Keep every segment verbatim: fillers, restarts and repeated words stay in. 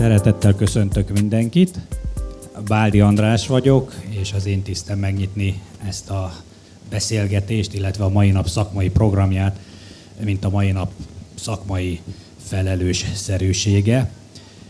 Szeretettel köszöntök mindenkit. Báldi András vagyok, és az én tisztem megnyitni ezt a beszélgetést, illetve a mai nap szakmai programját, mint a mai nap szakmai felelősszerűsége.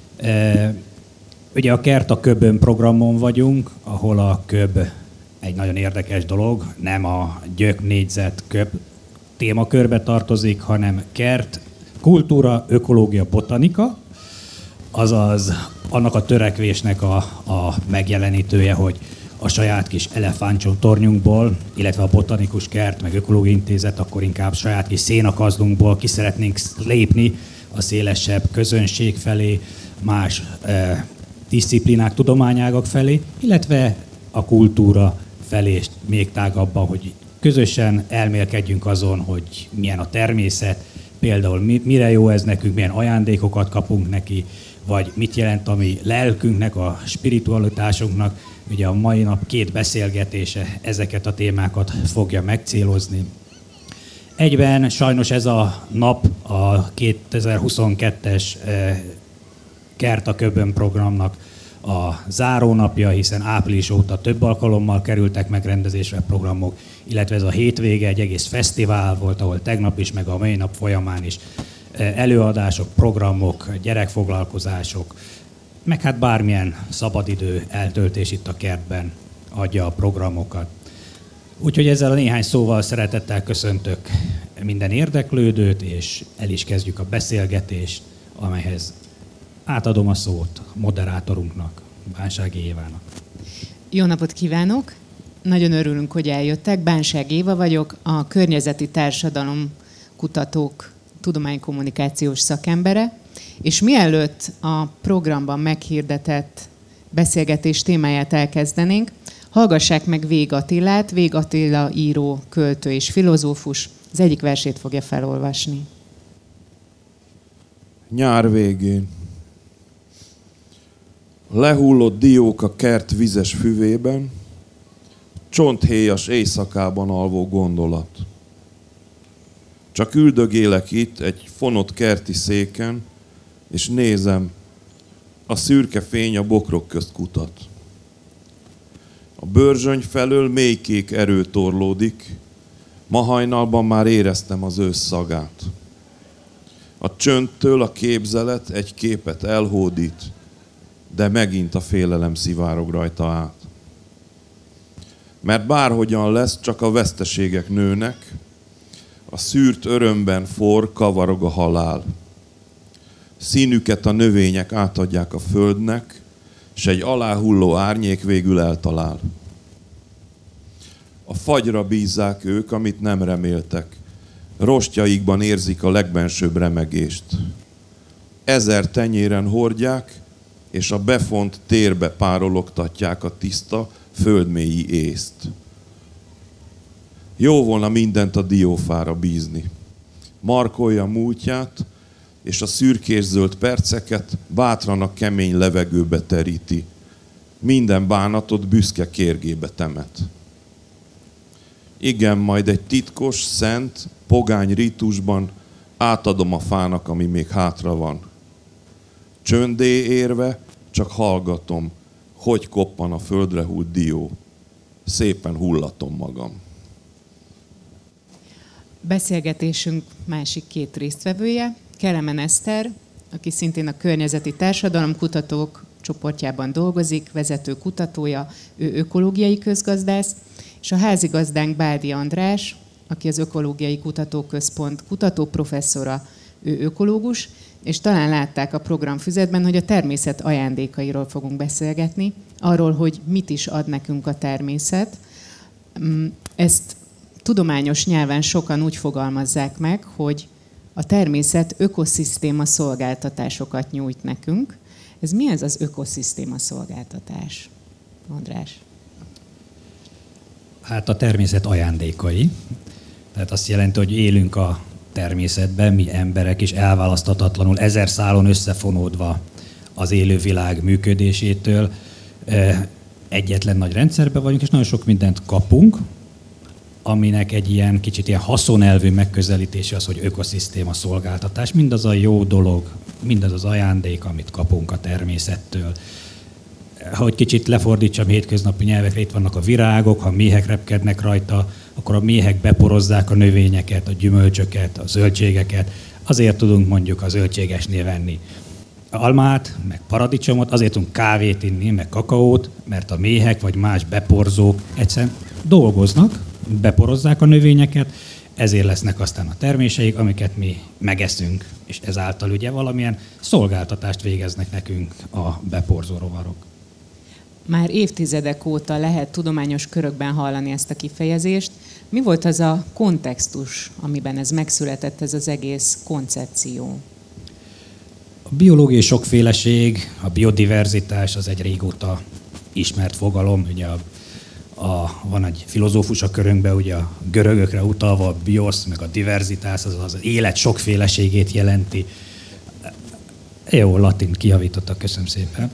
Ugye a Kert a Köbön programon vagyunk, ahol a köb egy nagyon érdekes dolog, nem a gyök, négyzet, köb témakörbe tartozik, hanem kert, kultúra, ökológia, botanika, azaz annak a törekvésnek a, a megjelenítője, hogy a saját kis elefántcsontornyunkból, illetve a botanikus kert, meg ökológiai intézet, akkor inkább saját kis szénakazdunkból ki szeretnénk lépni a szélesebb közönség felé, más eh, disziplinák, tudományágak felé, illetve a kultúra felé, és még tágabban, hogy közösen elmélkedjünk azon, hogy milyen a természet, például mire jó ez nekünk, milyen ajándékokat kapunk neki, vagy mit jelent a mi lelkünknek, a spiritualitásunknak. Ugye a mai nap két beszélgetése ezeket a témákat fogja megcélozni. Egyben sajnos ez a nap a kétezer-huszonkettes Kert a Köbön programnak a zárónapja, hiszen április óta több alkalommal kerültek megrendezésre programok, illetve ez a hétvége egy egész fesztivál volt, ahol tegnap is, meg a mai nap folyamán is előadások, programok, gyerekfoglalkozások, meg hát bármilyen szabadidő eltöltés itt a kertben adja a programokat. Úgyhogy ezzel a néhány szóval szeretettel köszöntök minden érdeklődőt, és el is kezdjük a beszélgetést, amelyhez átadom a szót a moderátorunknak, Bánsági Évának. Jó napot kívánok! Nagyon örülünk, hogy eljöttek. Bánsági Éva vagyok, a környezeti társadalom kutatók tudománykommunikációs szakembere, és mielőtt a programban meghirdetett beszélgetés témáját elkezdenénk, hallgassák meg Vég Attilát. Vég Attila író, költő és filozófus. Az egyik versét fogja felolvasni. Nyár végén. Lehullott diók a kert vizes füvében, csonthéjas éjszakában alvó gondolat. Csak üldögélek itt egy fonott kerti széken, és nézem, a szürke fény a bokrok közt kutat. A bőrzsöny felől mélykék erő torlódik, ma hajnalban már éreztem az ősz szagát. A csöndtől a képzelet egy képet elhódít, de megint a félelem szivárog rajta át. Mert bárhogyan lesz, csak a veszteségek nőnek, a szűrt örömben forr, kavarog a halál. Színüket a növények átadják a földnek, s egy aláhulló árnyék végül eltalál. A fagyra bízzák ők, amit nem reméltek. Rostjaikban érzik a legbensőbb remegést. Ezer tenyéren hordják, és a befont térbe párologtatják a tiszta, földmélyi észt. Jó volna mindent a diófára bízni. Markolja múltját, és a szürkészöld perceket bátran a kemény levegőbe teríti. Minden bánatot büszke kérgébe temet. Igen, majd egy titkos, szent, pogány ritusban átadom a fának, ami még hátra van. Csöndé érve csak hallgatom, hogy koppan a földre hullt dió. Szépen hullatom magam. Beszélgetésünk másik két résztvevője, Kelemen Eszter, aki szintén a környezeti társadalomkutatók csoportjában dolgozik, vezető kutatója, ő ökológiai közgazdász, és a házigazdánk Báldi András, aki az Ökológiai Kutatóközpont kutatóprofesszora, ő ökológus, és talán látták a programfüzetben, hogy a természet ajándékairól fogunk beszélgetni, arról, hogy mit is ad nekünk a természet. Ezt tudományos nyelven sokan úgy fogalmazzák meg, hogy a természet ökoszisztéma szolgáltatásokat nyújt nekünk. Ez mi ez az ökoszisztéma szolgáltatás, András? Hát a természet ajándékai. Tehát azt jelenti, hogy élünk a természetben, mi emberek is elválaszthatatlanul, ezer szálon összefonódva az élővilág működésétől. Egyetlen nagy rendszerben vagyunk, és nagyon sok mindent kapunk, aminek egy ilyen kicsit ilyen haszonelvű megközelítése az, hogy ökoszisztéma szolgáltatás, mindaz a jó dolog, mindaz az ajándék, amit kapunk a természettől. Ha egy kicsit lefordítsam hétköznapi nyelvekre, itt vannak a virágok, ha méhek repkednek rajta, akkor a méhek beporozzák a növényeket, a gyümölcsöket, a zöldségeket, azért tudunk mondjuk a zöldségesnél venni almát, meg paradicsomot, azért tudunk kávét inni, meg kakaót, mert a méhek vagy más beporzók egyszerűen dolgoznak, beporozzák a növényeket, ezért lesznek aztán a terméseik, amiket mi megeszünk, és ezáltal ugye valamilyen szolgáltatást végeznek nekünk a beporzó rovarok. Már évtizedek óta lehet tudományos körökben hallani ezt a kifejezést. Mi volt az a kontextus, amiben ez megszületett, ez az egész koncepció? A biológiai sokféleség, a biodiverzitás az egy régóta ismert fogalom. Ugye a, a, van egy filozófus a körünkben, ugye a görögökre utalva, a biosz, meg a diverzitás, az az élet sokféleségét jelenti. Jó, latin kijavítottak, köszönöm szépen.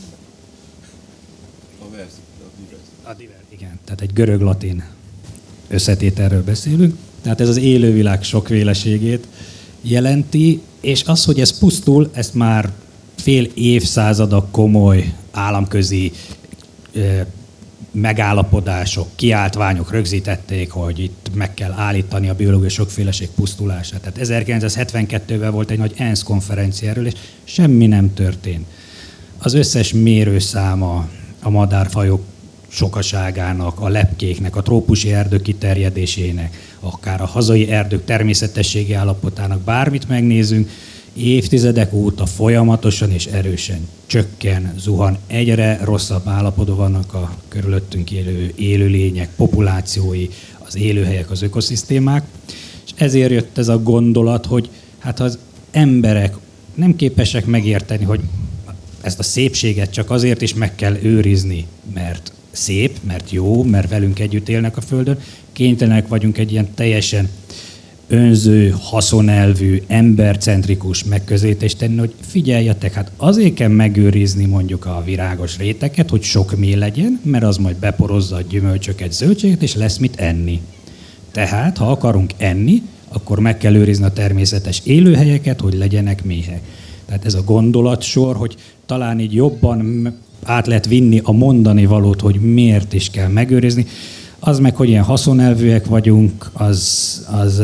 A diver, igen, tehát egy görög-latin összetételről beszélünk. Tehát ez az élővilág sokféleségét jelenti, és az, hogy ez pusztul, ezt már fél évszázada komoly államközi e, megállapodások, kiáltványok rögzítették, hogy itt meg kell állítani a biológiai sokféleség pusztulását. Tehát ezerkilencszázhetvenkettőben volt egy nagy ENSZ konferencia erről, és semmi nem történt. Az összes mérőszáma a madárfajok sokaságának, a lepkéknek, a trópusi erdők kiterjedésének, akár a hazai erdők természetességi állapotának, bármit megnézünk, évtizedek óta folyamatosan és erősen csökken, zuhan, egyre rosszabb állapotban vannak a körülöttünk élő élőlények, populációi, az élőhelyek, az ökoszisztémák, és ezért jött ez a gondolat, hogy hát az emberek nem képesek megérteni, hogy ezt a szépséget csak azért is meg kell őrizni, mert szép, mert jó, mert velünk együtt élnek a Földön, kénytelenek vagyunk egy ilyen teljesen önző, haszonelvű, embercentrikus megközelítést tenni, hogy figyeljetek, hát azért kell megőrizni mondjuk a virágos réteket, hogy sok méh legyen, mert az majd beporozza a gyümölcsöket, zöldséget, és lesz mit enni. Tehát, ha akarunk enni, akkor meg kell őrizni a természetes élőhelyeket, hogy legyenek méhek. Tehát ez a gondolatsor, hogy talán így jobban át lehet vinni a mondani valót, hogy miért is kell megőrizni, az meg, hogy ilyen haszonelvűek vagyunk, az, az,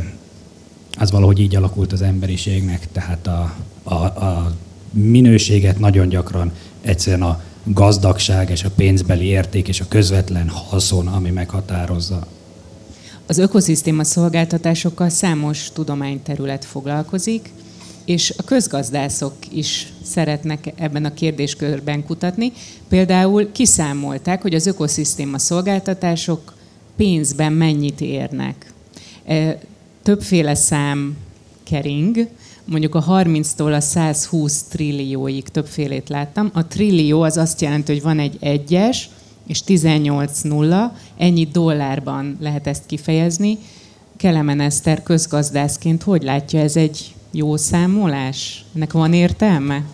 az valahogy így alakult az emberiségnek. Tehát a, a, a minőséget nagyon gyakran egyszerűen a gazdagság és a pénzbeli érték és a közvetlen haszon, ami meghatározza. Az ökoszisztéma szolgáltatásokkal számos tudományterület foglalkozik, és a közgazdászok is szeretnek ebben a kérdéskörben kutatni. Például kiszámolták, hogy az ökoszisztéma szolgáltatások pénzben mennyit érnek. Többféle szám kering, mondjuk a harminctól a százhúsz trillióig többfélét láttam. A trillió az azt jelenti, hogy van egy egyes és tizennyolc nulla, ennyi dollárban lehet ezt kifejezni. Kelemen Eszter közgazdászként hogy látja, ez egy jó számolás? Ennek van értelme?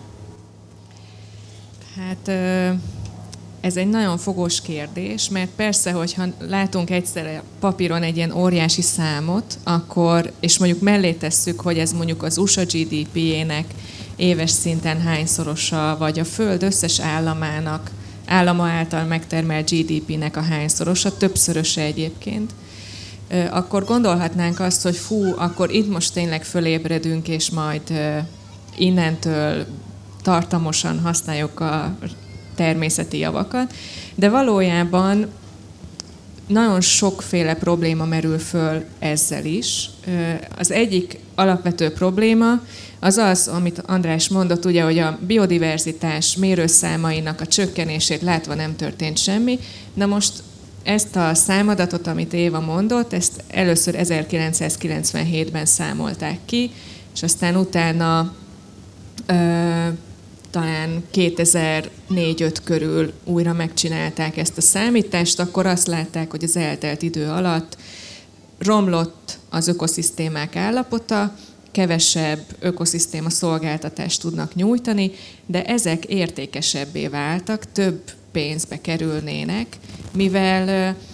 Hát ez egy nagyon fogós kérdés, mert persze, hogyha látunk egyszerre papíron egy ilyen óriási számot, akkor, és mondjuk mellé tesszük, hogy ez mondjuk az u es á gé dé pé-jének éves szinten hányszorosa, vagy a Föld összes államának, állama által megtermelt gé dé pé-nek a hányszorosa, többszöröse egyébként, akkor gondolhatnánk azt, hogy fú, akkor itt most tényleg fölébredünk, és majd innentől tartamosan használjuk a természeti javakat. De valójában nagyon sokféle probléma merül föl ezzel is. Az egyik alapvető probléma az az, amit András mondott, ugye, hogy a biodiverzitás mérőszámainak a csökkenését látva nem történt semmi. Na most ezt a számadatot, amit Éva mondott, ezt először ezerkilencszázkilencvenhétben számolták ki, és aztán utána ö, talán kétezer-négy-öt körül újra megcsinálták ezt a számítást, akkor azt látták, hogy az eltelt idő alatt romlott az ökoszisztémák állapota, kevesebb ökoszisztéma szolgáltatást tudnak nyújtani, de ezek értékesebbé váltak, több pénzbe kerülnének, mivel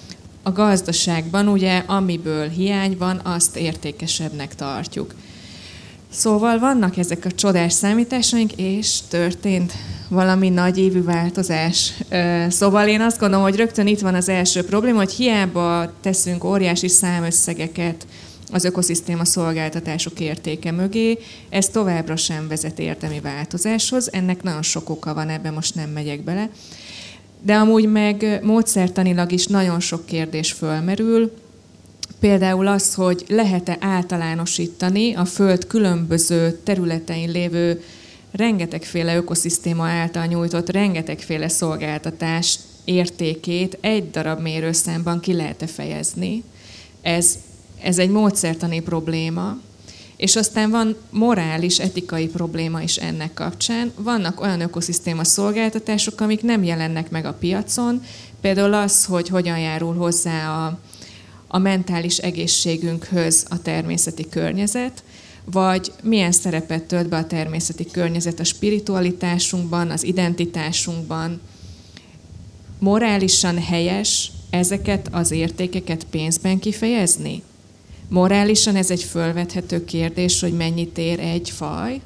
a gazdaságban ugye amiből hiány van, azt értékesebbnek tartjuk. Szóval vannak ezek a csodás számításaink, és történt valami nagy évű változás. Szóval én azt gondolom, hogy rögtön itt van az első probléma, hogy hiába teszünk óriási számösszegeket az ökoszisztéma szolgáltatások értéke mögé, ez továbbra sem vezet érdemi változáshoz. Ennek nagyon sok oka van, ebben most nem megyek bele. De amúgy meg módszertanilag is nagyon sok kérdés fölmerül. Például az, hogy lehet-e általánosítani a Föld különböző területein lévő rengetegféle ökoszisztéma által nyújtott rengetegféle szolgáltatás értékét egy darab mérőszámban ki lehet-e fejezni. Ez, ez egy módszertani probléma. És aztán van morális, etikai probléma is ennek kapcsán. Vannak olyan ökoszisztéma szolgáltatások, amik nem jelennek meg a piacon. Például az, hogy hogyan járul hozzá a, a mentális egészségünkhöz a természeti környezet, vagy milyen szerepet tölt be a természeti környezet a spiritualitásunkban, az identitásunkban. Morálisan helyes ezeket az értékeket pénzben kifejezni? Morálisan ez egy fölvethető kérdés, hogy mennyit ér egy faj?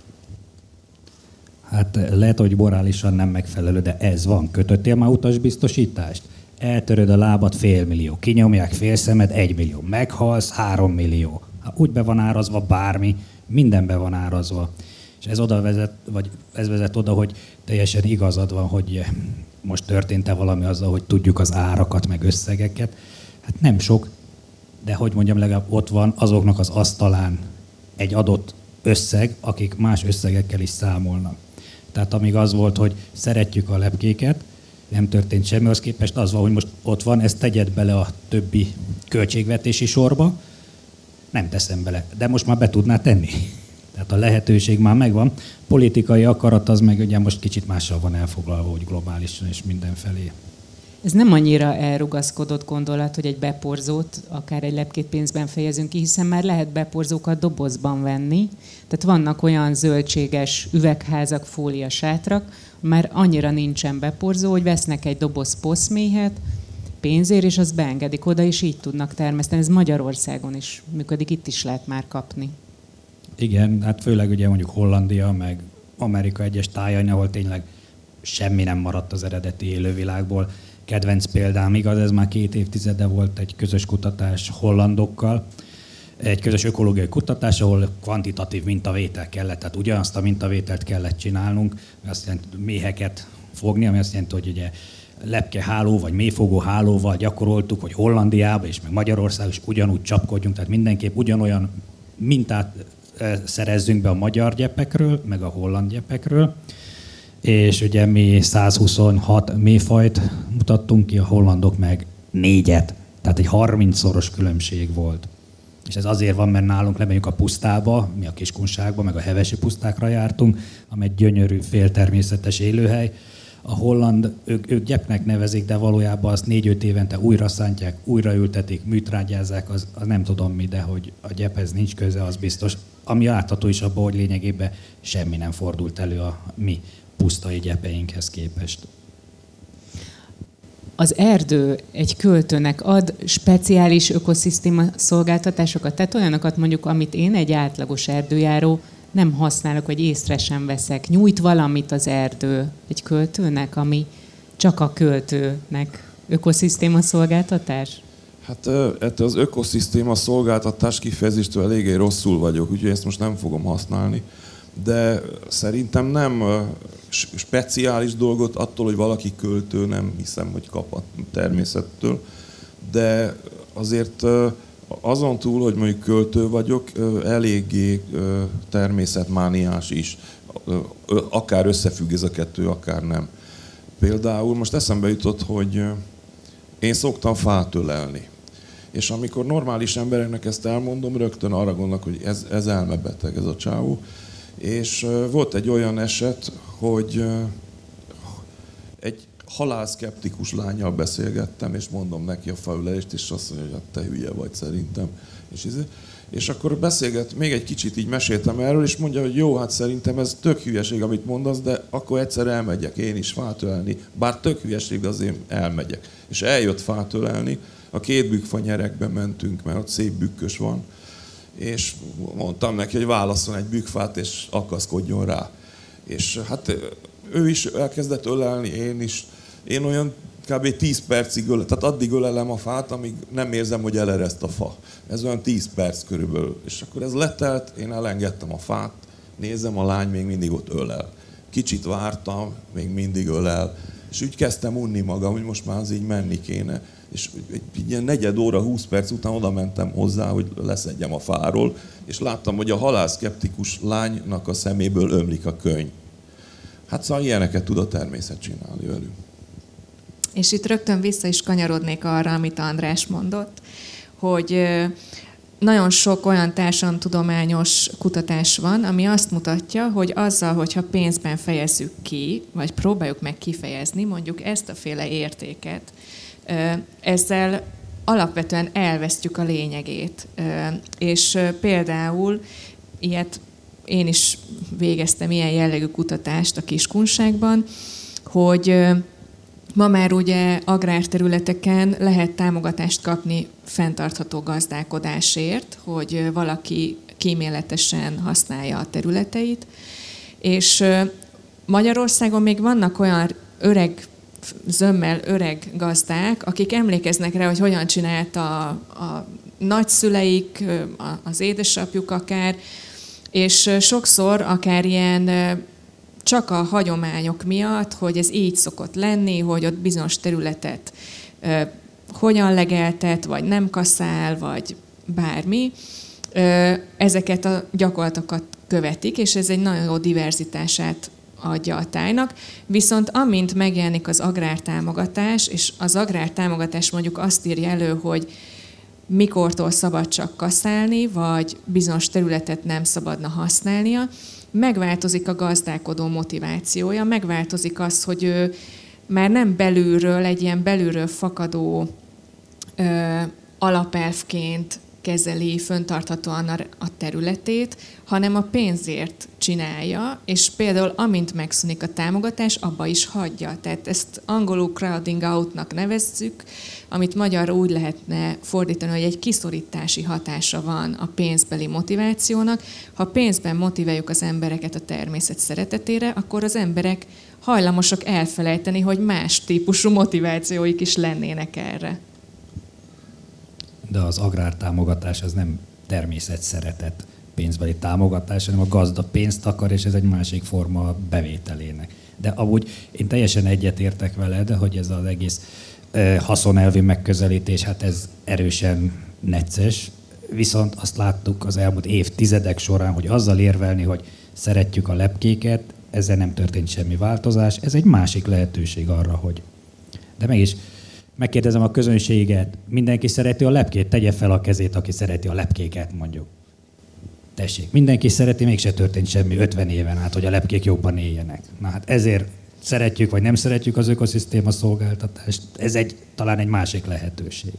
Hát lehet, hogy morálisan nem megfelelő, de ez van. Kötöttél már utasbiztosítást? Eltöröd a lábad félmillió, kinyomják fél szemed egymillió, meghalsz három millió. Úgy be van árazva bármi, minden be van árazva. És ez oda vezet, vagy ez vezet oda, hogy teljesen igazad van, hogy most történt-e valami azzal, hogy tudjuk az árakat, meg összegeket. Hát nem sok, de hogy mondjam, legalább ott van azoknak az asztalán egy adott összeg, akik más összegekkel is számolnak. Tehát amíg az volt, hogy szeretjük a lepkéket, nem történt semmi, az képest az van, hogy most ott van, ezt tegyed bele a többi költségvetési sorba, nem teszem bele, de most már be tudná tenni. Tehát a lehetőség már megvan. Politikai akarat az meg ugye most kicsit mással van elfoglalva, hogy globálisan és mindenfelé. Ez nem annyira elrugaszkodott gondolat, hogy egy beporzót akár egy lepkét pénzben fejezünk ki, hiszen már lehet beporzókat dobozban venni. Tehát vannak olyan zöldséges üvegházak, fóliasátrak, már annyira nincsen beporzó, hogy vesznek egy doboz poszméhet pénzért, és azt beengedik oda, és így tudnak termeszteni. Ez Magyarországon is működik, itt is lehet már kapni. Igen, hát főleg ugye mondjuk Hollandia, meg Amerika egyes tájain, ahol tényleg semmi nem maradt az eredeti élővilágból. Kedvenc példám, igaz, ez már két évtizede volt egy közös kutatás hollandokkal, egy közös ökológiai kutatás, ahol kvantitatív mintavétel kellett, tehát ugyanazt a mintavételt kellett csinálnunk, ami azt jelenti, méheket fogni, ami azt jelenti, hogy ugye lepkeháló vagy mélyfogó hálóval gyakoroltuk, hogy Hollandiába és meg Magyarországon is ugyanúgy csapkodjunk, tehát mindenképp ugyanolyan mintát szerezzünk be a magyar gyepekről, meg a holland gyepekről. És ugye mi százhuszonhat mélyfajt mutattunk ki, a hollandok meg négyet. Tehát egy harmincszoros különbség volt. És ez azért van, mert nálunk lemegyünk a pusztába, mi a Kiskunságba, meg a hevesi pusztákra jártunk, amely egy gyönyörű, féltermészetes élőhely. A holland, ők, ők gyepnek nevezik, de valójában azt négy-öt évente újra szántják, újra ültetik, műtrágyázzák, az, az nem tudom mi, de hogy a gyephez nincs köze, az biztos. Ami látható is abban, hogy lényegében semmi nem fordult elő a mi pusztai gyepeinkhez képest. Az erdő egy költőnek ad speciális ökoszisztéma szolgáltatásokat, tehát olyanokat mondjuk, amit én egy átlagos erdőjáró nem használok, vagy észre sem veszek. Nyújt valamit az erdő egy költőnek, ami csak a költőnek ökoszisztéma szolgáltatás? Hát ettől az ökoszisztéma szolgáltatás kifejezéstől eléggé rosszul vagyok, úgyhogy ezt most nem fogom használni. De szerintem nem speciális dolgot attól, hogy valaki költő, nem hiszem, hogy kap a természettől. De azért azon túl, hogy mondjuk költő vagyok, eléggé természetmániás is. Akár összefügg ez a kettő, akár nem. Például most eszembe jutott, hogy én szoktam fát ölelni. És amikor normális embereknek ezt elmondom, rögtön arra gondolok, hogy ez, ez elmebeteg, ez a csávó. És volt egy olyan eset, hogy egy halálszkeptikus lánnyal beszélgettem, és mondom neki a faülelést, és azt mondja, hogy te hülye vagy szerintem. És, És akkor beszélget, még egy kicsit így meséltem erről, és mondja, hogy jó, hát szerintem ez tök hülyeség, amit mondasz, de akkor egyszer elmegyek én is fát ölelni. Bár tök hülyeség, de azért elmegyek. És eljött fát ölelni, a két bükkfa nyerekbe mentünk, mert ott szép bükkös van, és mondtam neki, hogy válasszon egy bükkfát, és akaszkodjon rá. És hát ő is elkezdett ölelni, én is. Én olyan kb. tíz percig ölel, tehát addig ölelem a fát, amíg nem érzem, hogy elereszt a fa. Ez olyan tíz perc körülbelül. És akkor ez letelt, én elengedtem a fát, nézem, a lány még mindig ott ölel. Kicsit vártam, még mindig ölel. És úgy kezdtem unni magam, hogy most már az így menni kéne. És egy ilyen negyed óra, húsz perc után oda mentem hozzá, hogy leszedjem a fáról, és láttam, hogy a halálszkeptikus lánynak a szeméből ömlik a könyv. Hát szóval ilyeneket tud a természet csinálni velünk. És itt rögtön vissza is kanyarodnék arra, amit András mondott, hogy nagyon sok olyan társadalomtudományos kutatás van, ami azt mutatja, hogy azzal, hogyha pénzben fejezzük ki, vagy próbáljuk meg kifejezni, mondjuk ezt a féle értéket, ezzel alapvetően elvesztjük a lényegét. És például ilyet én is végeztem ilyen jellegű kutatást a Kiskunságban, hogy ma már ugye agrárterületeken lehet támogatást kapni fenntartható gazdálkodásért, hogy valaki kíméletesen használja a területeit. És Magyarországon még vannak olyan öreg, zömmel öreg gazdák, akik emlékeznek rá, hogy hogyan csinálta a, a nagyszüleik, az édesapjuk akár, és sokszor akár ilyen csak a hagyományok miatt, hogy ez így szokott lenni, hogy ott bizonyos területet ö, hogyan legeltet, vagy nem kaszál, vagy bármi, ö, ezeket a gyakorlatokat követik, és ez egy nagyon jó diverzitását adja a tájnak. Viszont amint megjelenik az agrártámogatás, és az agrártámogatás mondjuk azt írja elő, hogy mikortól szabad csak kaszálni, vagy bizonyos területet nem szabadna használnia, megváltozik a gazdálkodó motivációja, megváltozik az, hogy ő már nem belülről, egy ilyen belülről fakadó ö, alapelvként kezeli fenntarthatóan a, a területét, hanem a pénzért csinálja, és például amint megszűnik a támogatás, abba is hagyja. Tehát ezt angolul crowding outnak nevezzük, amit magyarra úgy lehetne fordítani, hogy egy kiszorítási hatása van a pénzbeli motivációnak. Ha pénzben motiváljuk az embereket a természet szeretetére, akkor az emberek hajlamosak elfelejteni, hogy más típusú motivációik is lennének erre. De az agrártámogatás az nem természet szeretet pénzbeli támogatás, hanem a gazda pénzt akar, és ez egy másik forma a bevételének. De amúgy én teljesen egyetértek veled, hogy ez az egész haszonelvi megközelítés, hát ez erősen necces, viszont azt láttuk az elmúlt évtizedek során, hogy azzal érvelni, hogy szeretjük a lepkéket, ezzel nem történt semmi változás, ez egy másik lehetőség arra, hogy... De mégis megkérdezem a közönséget, mindenki szereti a lepkét? Tegye fel a kezét, aki szereti a lepkéket, mondjuk. Tessék, mindenki szereti, mégse történt semmi ötven éven át, hogy a lepkék jobban éljenek. Na hát ezért szeretjük, vagy nem szeretjük az ökoszisztéma szolgáltatást, ez egy, talán egy másik lehetőség.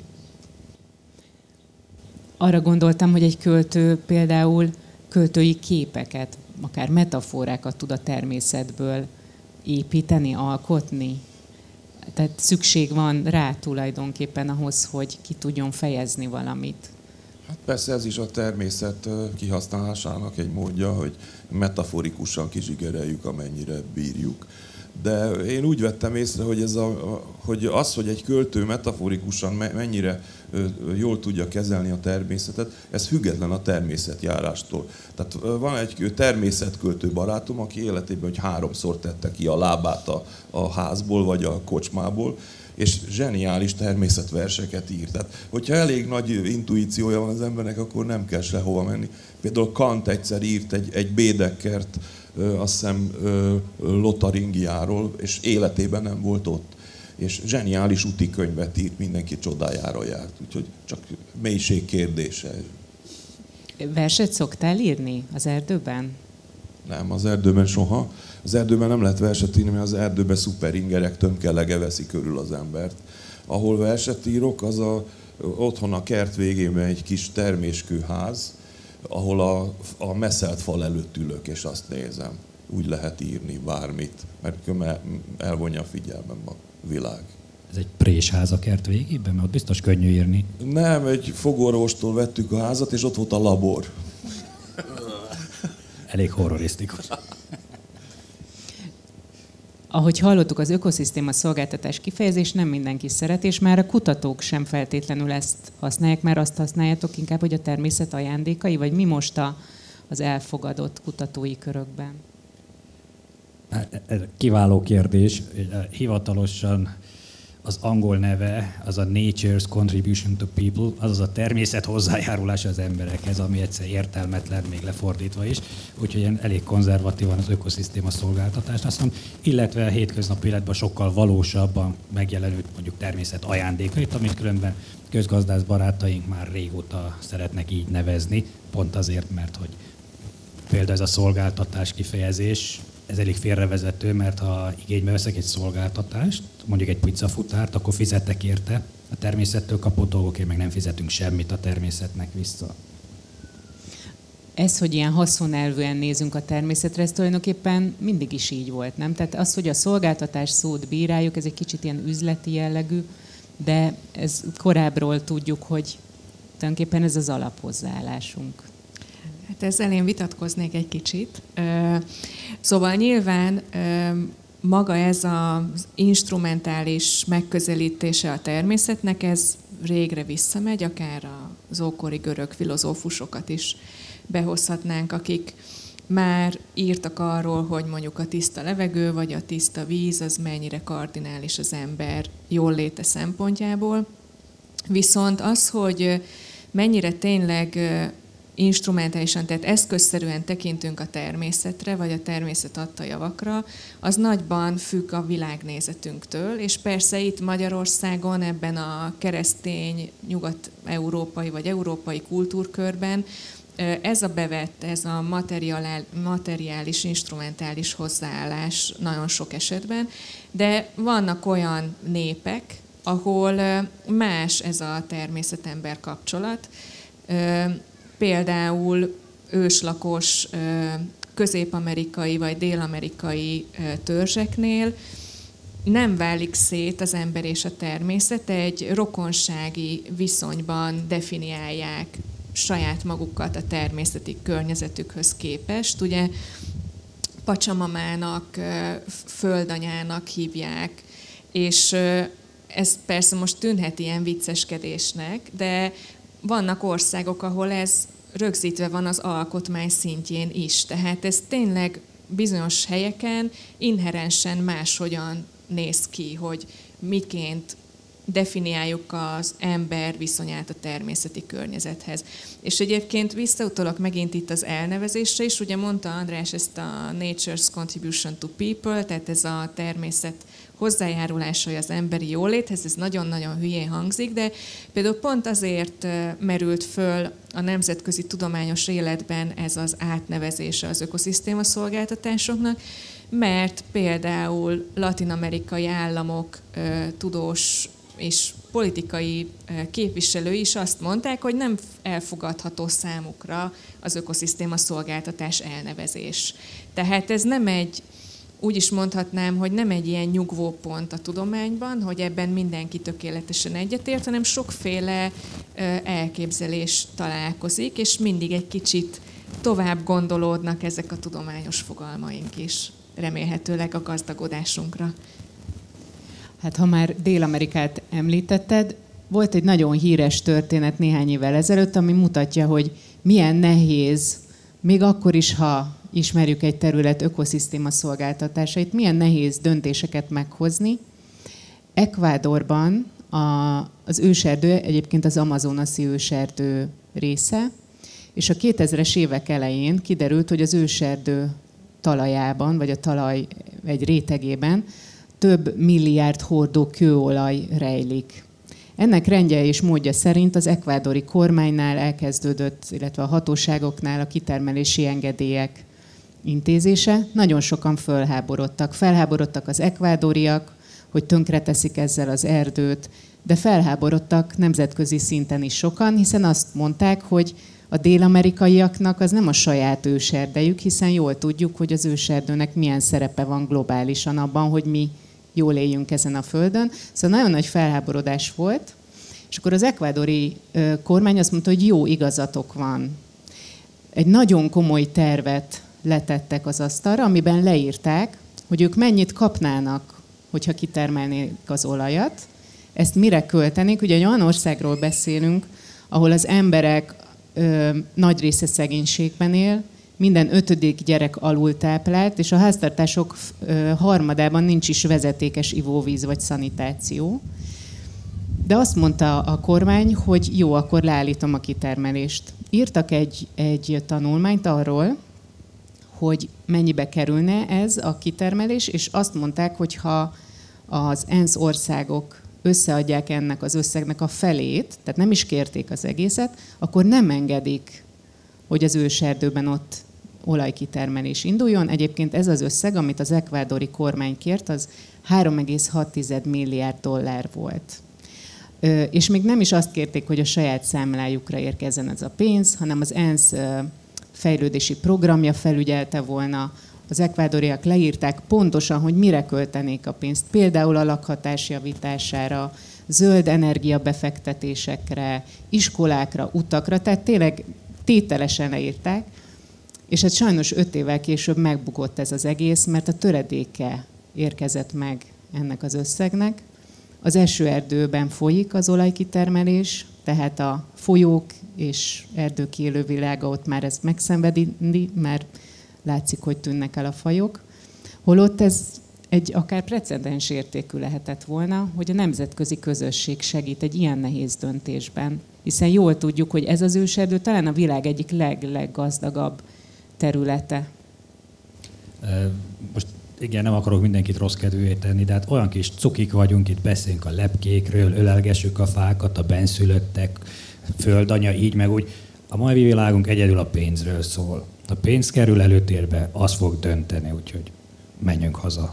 Arra gondoltam, hogy egy költő például költői képeket, akár metaforákat tud a természetből építeni, alkotni. Tehát szükség van rá tulajdonképpen ahhoz, hogy ki tudjon fejezni valamit. Hát persze ez is a természet kihasználásának egy módja, hogy metaforikusan kizsigereljük, amennyire bírjuk. De én úgy vettem észre, hogy, ez a, hogy az, hogy egy költő metaforikusan mennyire jól tudja kezelni a természetet, ez független a természetjárástól. Tehát van egy természetköltő barátom, aki életében hogy háromszor tette ki a lábát a, a házból vagy a kocsmából, és zseniális természetverseket ír. Tehát, hogyha elég nagy intuíciója van az embernek, akkor nem kell sehova menni. Például Kant egyszer írt egy, egy Bédekkert, azt hiszem Lotaringiáról, és életében nem volt ott. És zseniális úti könyvet írt, mindenki csodájára járt. Úgyhogy csak mélység kérdése. Verset szoktál írni az erdőben? Nem, az erdőben soha. Az erdőben nem lehet verset írni, mert az erdőben szuperingerek tömkelege veszi körül az embert. Ahol verset írok, az a, otthon a kert végében egy kis terméskőház, ahol a, a messzelt fal előtt ülök, és azt nézem. Úgy lehet írni bármit, mert elvonja a figyelmem a világ. Ez egy présház a kert végében? Mert ott biztos könnyű írni. Nem, egy fogorvostól vettük a házat, és ott volt a labor. Elég horrorisztikus. Ahogy hallottuk, az ökoszisztéma szolgáltatás kifejezés nem mindenki szeret, és már a kutatók sem feltétlenül ezt használják, mert azt használjátok inkább, hogy a természet ajándékai, vagy mi most a, az elfogadott kutatói körökben? Ez kiváló kérdés. Hivatalosan az angol neve az a Nature's Contribution to People, azaz a természet hozzájárulása az emberekhez, ami egyszer értelmetlen, még lefordítva is. Úgyhogy ilyen elég konzervatívan az ökoszisztéma szolgáltatást, azt mondom, illetve a hétköznapi életben sokkal valósabban megjelenő mondjuk természet ajándékait, amit különben közgazdász barátaink már régóta szeretnek így nevezni, pont azért, mert hogy például ez a szolgáltatás kifejezés, ez elég félrevezető, mert ha igénybe veszek egy szolgáltatást, mondjuk egy pizzafutárt, akkor fizetek érte. A természettől kapott dolgokért meg nem fizetünk semmit a természetnek vissza. Ez, hogy ilyen haszonelvűen nézünk a természetre, ez tulajdonképpen mindig is így volt, nem? Tehát az, hogy a szolgáltatás szót bíráljuk, ez egy kicsit ilyen üzleti jellegű, de ez korábbról tudjuk, hogy tulajdonképpen ez az alaphozzáállásunk. Hát ezzel én vitatkoznék egy kicsit. Szóval nyilván maga ez az instrumentális megközelítése a természetnek, ez régre visszamegy, akár az ókori görög filozófusokat is behozhatnánk, akik már írtak arról, hogy mondjuk a tiszta levegő vagy a tiszta víz az mennyire kardinális az ember jól léte szempontjából. Viszont az, hogy mennyire tényleg instrumentálisan, tehát eszközszerűen tekintünk a természetre, vagy a természet adta javakra, az nagyban függ a világnézetünktől, és persze itt Magyarországon, ebben a keresztény, nyugat-európai vagy európai kultúrkörben ez a bevett, ez a materiális, instrumentális hozzáállás nagyon sok esetben, de vannak olyan népek, ahol más ez a természet-ember kapcsolat. Például őslakos közép-amerikai vagy dél-amerikai törzseknél nem válik szét az ember és a természet, egy rokonsági viszonyban definiálják saját magukat a természeti környezetükhöz képest. Ugye pacsamamának, földanyának hívják, és ez persze most tűnhet ilyen vicceskedésnek, de vannak országok, ahol ez rögzítve van az alkotmány szintjén is. Tehát ez tényleg bizonyos helyeken inherensen máshogyan néz ki, hogy miként definiáljuk az ember viszonyát a természeti környezethez. És egyébként visszautalok megint itt az elnevezésre is, ugye mondta András ezt a Nature's Contribution to People, tehát ez a természet hozzájárulása az emberi jóléthez, ez nagyon-nagyon hülyén hangzik, de például pont azért merült föl a nemzetközi tudományos életben ez az átnevezése az ökoszisztéma szolgáltatásoknak, mert például latin-amerikai államok tudós és politikai képviselői is azt mondták, hogy nem elfogadható számukra az ökoszisztéma szolgáltatás elnevezés. Tehát ez nem egy, úgy is mondhatnám, hogy nem egy ilyen nyugvópont a tudományban, hogy ebben mindenki tökéletesen egyetért, hanem sokféle elképzelés találkozik, és mindig egy kicsit tovább gondolódnak ezek a tudományos fogalmaink is, remélhetőleg a gazdagodásunkra. Hát ha már Dél-Amerikát említetted, volt egy nagyon híres történet néhány évvel ezelőtt, ami mutatja, hogy milyen nehéz, még akkor is, ha ismerjük egy terület ökoszisztéma szolgáltatásait, milyen nehéz döntéseket meghozni. Ecuadorban a, az őserdő, egyébként az amazonasi őserdő része, és a kétezres évek elején kiderült, hogy az őserdő talajában, vagy a talaj egy rétegében több milliárd hordó kőolaj rejlik. Ennek rendje és módja szerint az ekvádori kormánynál elkezdődött, illetve a hatóságoknál a kitermelési engedélyek intézése. Nagyon sokan felháborodtak. Felháborodtak az ekvádoriak, hogy tönkreteszik ezzel az erdőt, de felháborodtak nemzetközi szinten is sokan, hiszen azt mondták, hogy A dél-amerikaiaknak az nem a saját őserdejük, hiszen jól tudjuk, hogy az őserdőnek milyen szerepe van globálisan abban, hogy mi jól éljünk ezen a földön. Szóval nagyon nagy felháborodás volt, és akkor az ekvádori kormány azt mondta, hogy jó, igazatok van. Egy nagyon komoly tervet letettek az asztalra, amiben leírták, hogy ők mennyit kapnának, hogyha kitermelnék az olajat. Ezt mire költenék? Ugye egy olyan országról beszélünk, ahol az emberek ö, nagy része szegénységben él, minden ötödik gyerek alultáplált, és a háztartások ö, harmadában nincs is vezetékes ivóvíz vagy szanitáció. De azt mondta a kormány, hogy jó, akkor leállítom a kitermelést. Írtak egy, egy tanulmányt arról, hogy mennyibe kerülne ez a kitermelés, és azt mondták, hogy ha az ENSZ országok összeadják ennek az összegnek a felét, tehát nem is kérték az egészet, akkor nem engedik, hogy az őserdőben ott olajkitermelés induljon. Egyébként ez az összeg, amit az ekvádori kormány kért, az három egész hat milliárd dollár volt. És még nem is azt kérték, hogy a saját számlájukra érkezzen ez a pénz, hanem az ENSZ fejlődési programja felügyelte volna. Az ekvádoriak leírták pontosan, hogy mire költenék a pénzt. Például a lakhatás javítására, zöld energia befektetésekre, iskolákra, utakra, tehát tényleg tételesen leírták. És hát sajnos öt évvel később megbukott ez az egész, mert a töredéke érkezett meg ennek az összegnek. Az esőerdőben folyik az olajkitermelés, tehát a folyók és erdők élővilága ott már ezt megszenvedi, mert látszik, hogy tűnnek el a fajok. Holott ez egy akár precedens értékű lehetett volna, hogy a nemzetközi közösség segít egy ilyen nehéz döntésben. Hiszen jól tudjuk, hogy ez az őserdő talán a világ egyik leg-leggazdagabb területe. Most igen, nem akarok mindenkit rossz kedvűvé tenni, de hát olyan kis cukik vagyunk, itt beszélünk a lepkékről, ölelgessük a fákat, a benszülöttek, földanya, így meg úgy. A mai világunk egyedül a pénzről szól. A pénz kerül előtérbe, az fog dönteni, úgyhogy menjünk haza.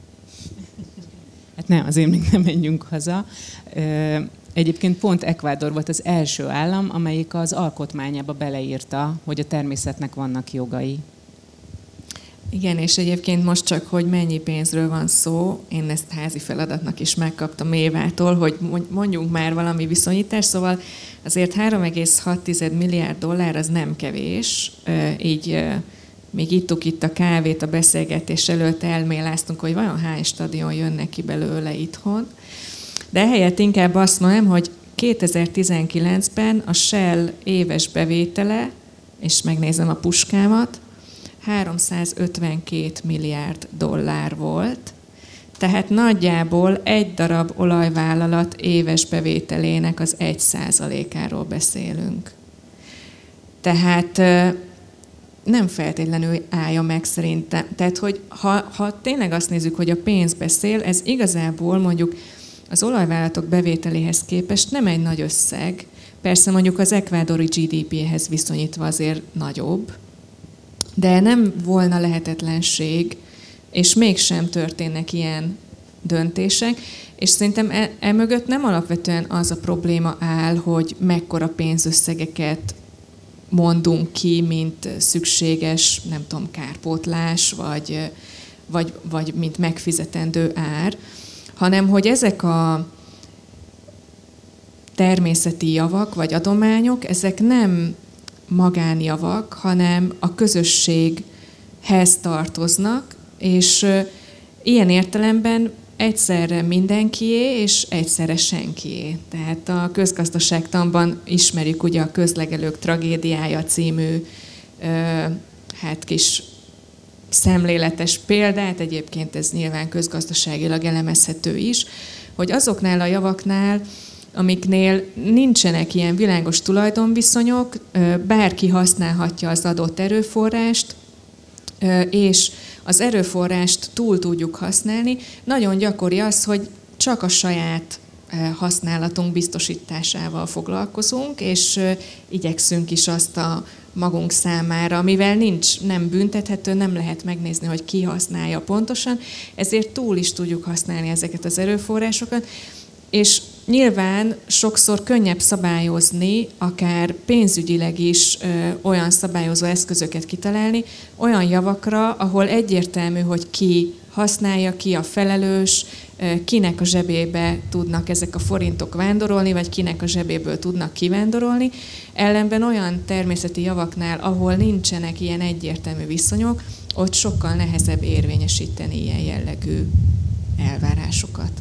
Hát ne, azért még nem menjünk haza. Egyébként pont Ekvádor volt az első állam, amelyik az alkotmányába beleírta, hogy a természetnek vannak jogai. Igen, és egyébként most csak, hogy mennyi pénzről van szó, én ezt házi feladatnak is megkaptam Évától, hogy mondjunk már valami viszonyítás, szóval azért három egész hat milliárd dollár az nem kevés, így még ittuk itt a kávét a beszélgetés előtt, elméláztunk, hogy vajon hány stadion jön neki belőle itthon, de ehelyett inkább azt mondom, hogy kétezer-tizenkilencben a Shell éves bevétele, és megnézem a puskámat, háromszázötvenkét milliárd dollár volt, tehát nagyjából egy darab olajvállalat éves bevételének az egy százalékáról beszélünk. Tehát nem feltétlenül állja meg szerintem. Tehát, hogy ha, ha tényleg azt nézzük, hogy a pénz beszél, ez igazából mondjuk az olajvállalatok bevételéhez képest nem egy nagy összeg. Persze mondjuk az ekvádori gé dé péhez viszonyítva azért nagyobb, de nem volna lehetetlenség, és mégsem történnek ilyen döntések, és szerintem e, e mögött nem alapvetően az a probléma áll, hogy mekkora pénzösszegeket mondunk ki, mint szükséges, nem tudom, kárpótlás, vagy, vagy, vagy mint megfizetendő ár, hanem hogy ezek a természeti javak, vagy adományok, ezek nem magánjavak, hanem a közösséghez tartoznak, és ilyen értelemben egyszerre mindenkié, és egyszerre senkié. Tehát a közgazdaságtanban ismerjük ugye a Közlegelők tragédiája című hát kis szemléletes példát, egyébként ez nyilván közgazdaságilag elemezhető is, hogy azoknál a javaknál, amiknél nincsenek ilyen világos tulajdonviszonyok, bárki használhatja az adott erőforrást, és az erőforrást túl tudjuk használni. Nagyon gyakori az, hogy csak a saját használatunk biztosításával foglalkozunk, és igyekszünk is azt a magunk számára, mivel nincs, nem büntethető, nem lehet megnézni, hogy ki használja pontosan, ezért túl is tudjuk használni ezeket az erőforrásokat, és nyilván sokszor könnyebb szabályozni, akár pénzügyileg is ö, olyan szabályozó eszközöket kitalálni, olyan javakra, ahol egyértelmű, hogy ki használja, ki a felelős, kinek a zsebébe tudnak ezek a forintok vándorolni, vagy kinek a zsebéből tudnak kivándorolni. Ellenben olyan természeti javaknál, ahol nincsenek ilyen egyértelmű viszonyok, ott sokkal nehezebb érvényesíteni ilyen jellegű elvárásokat.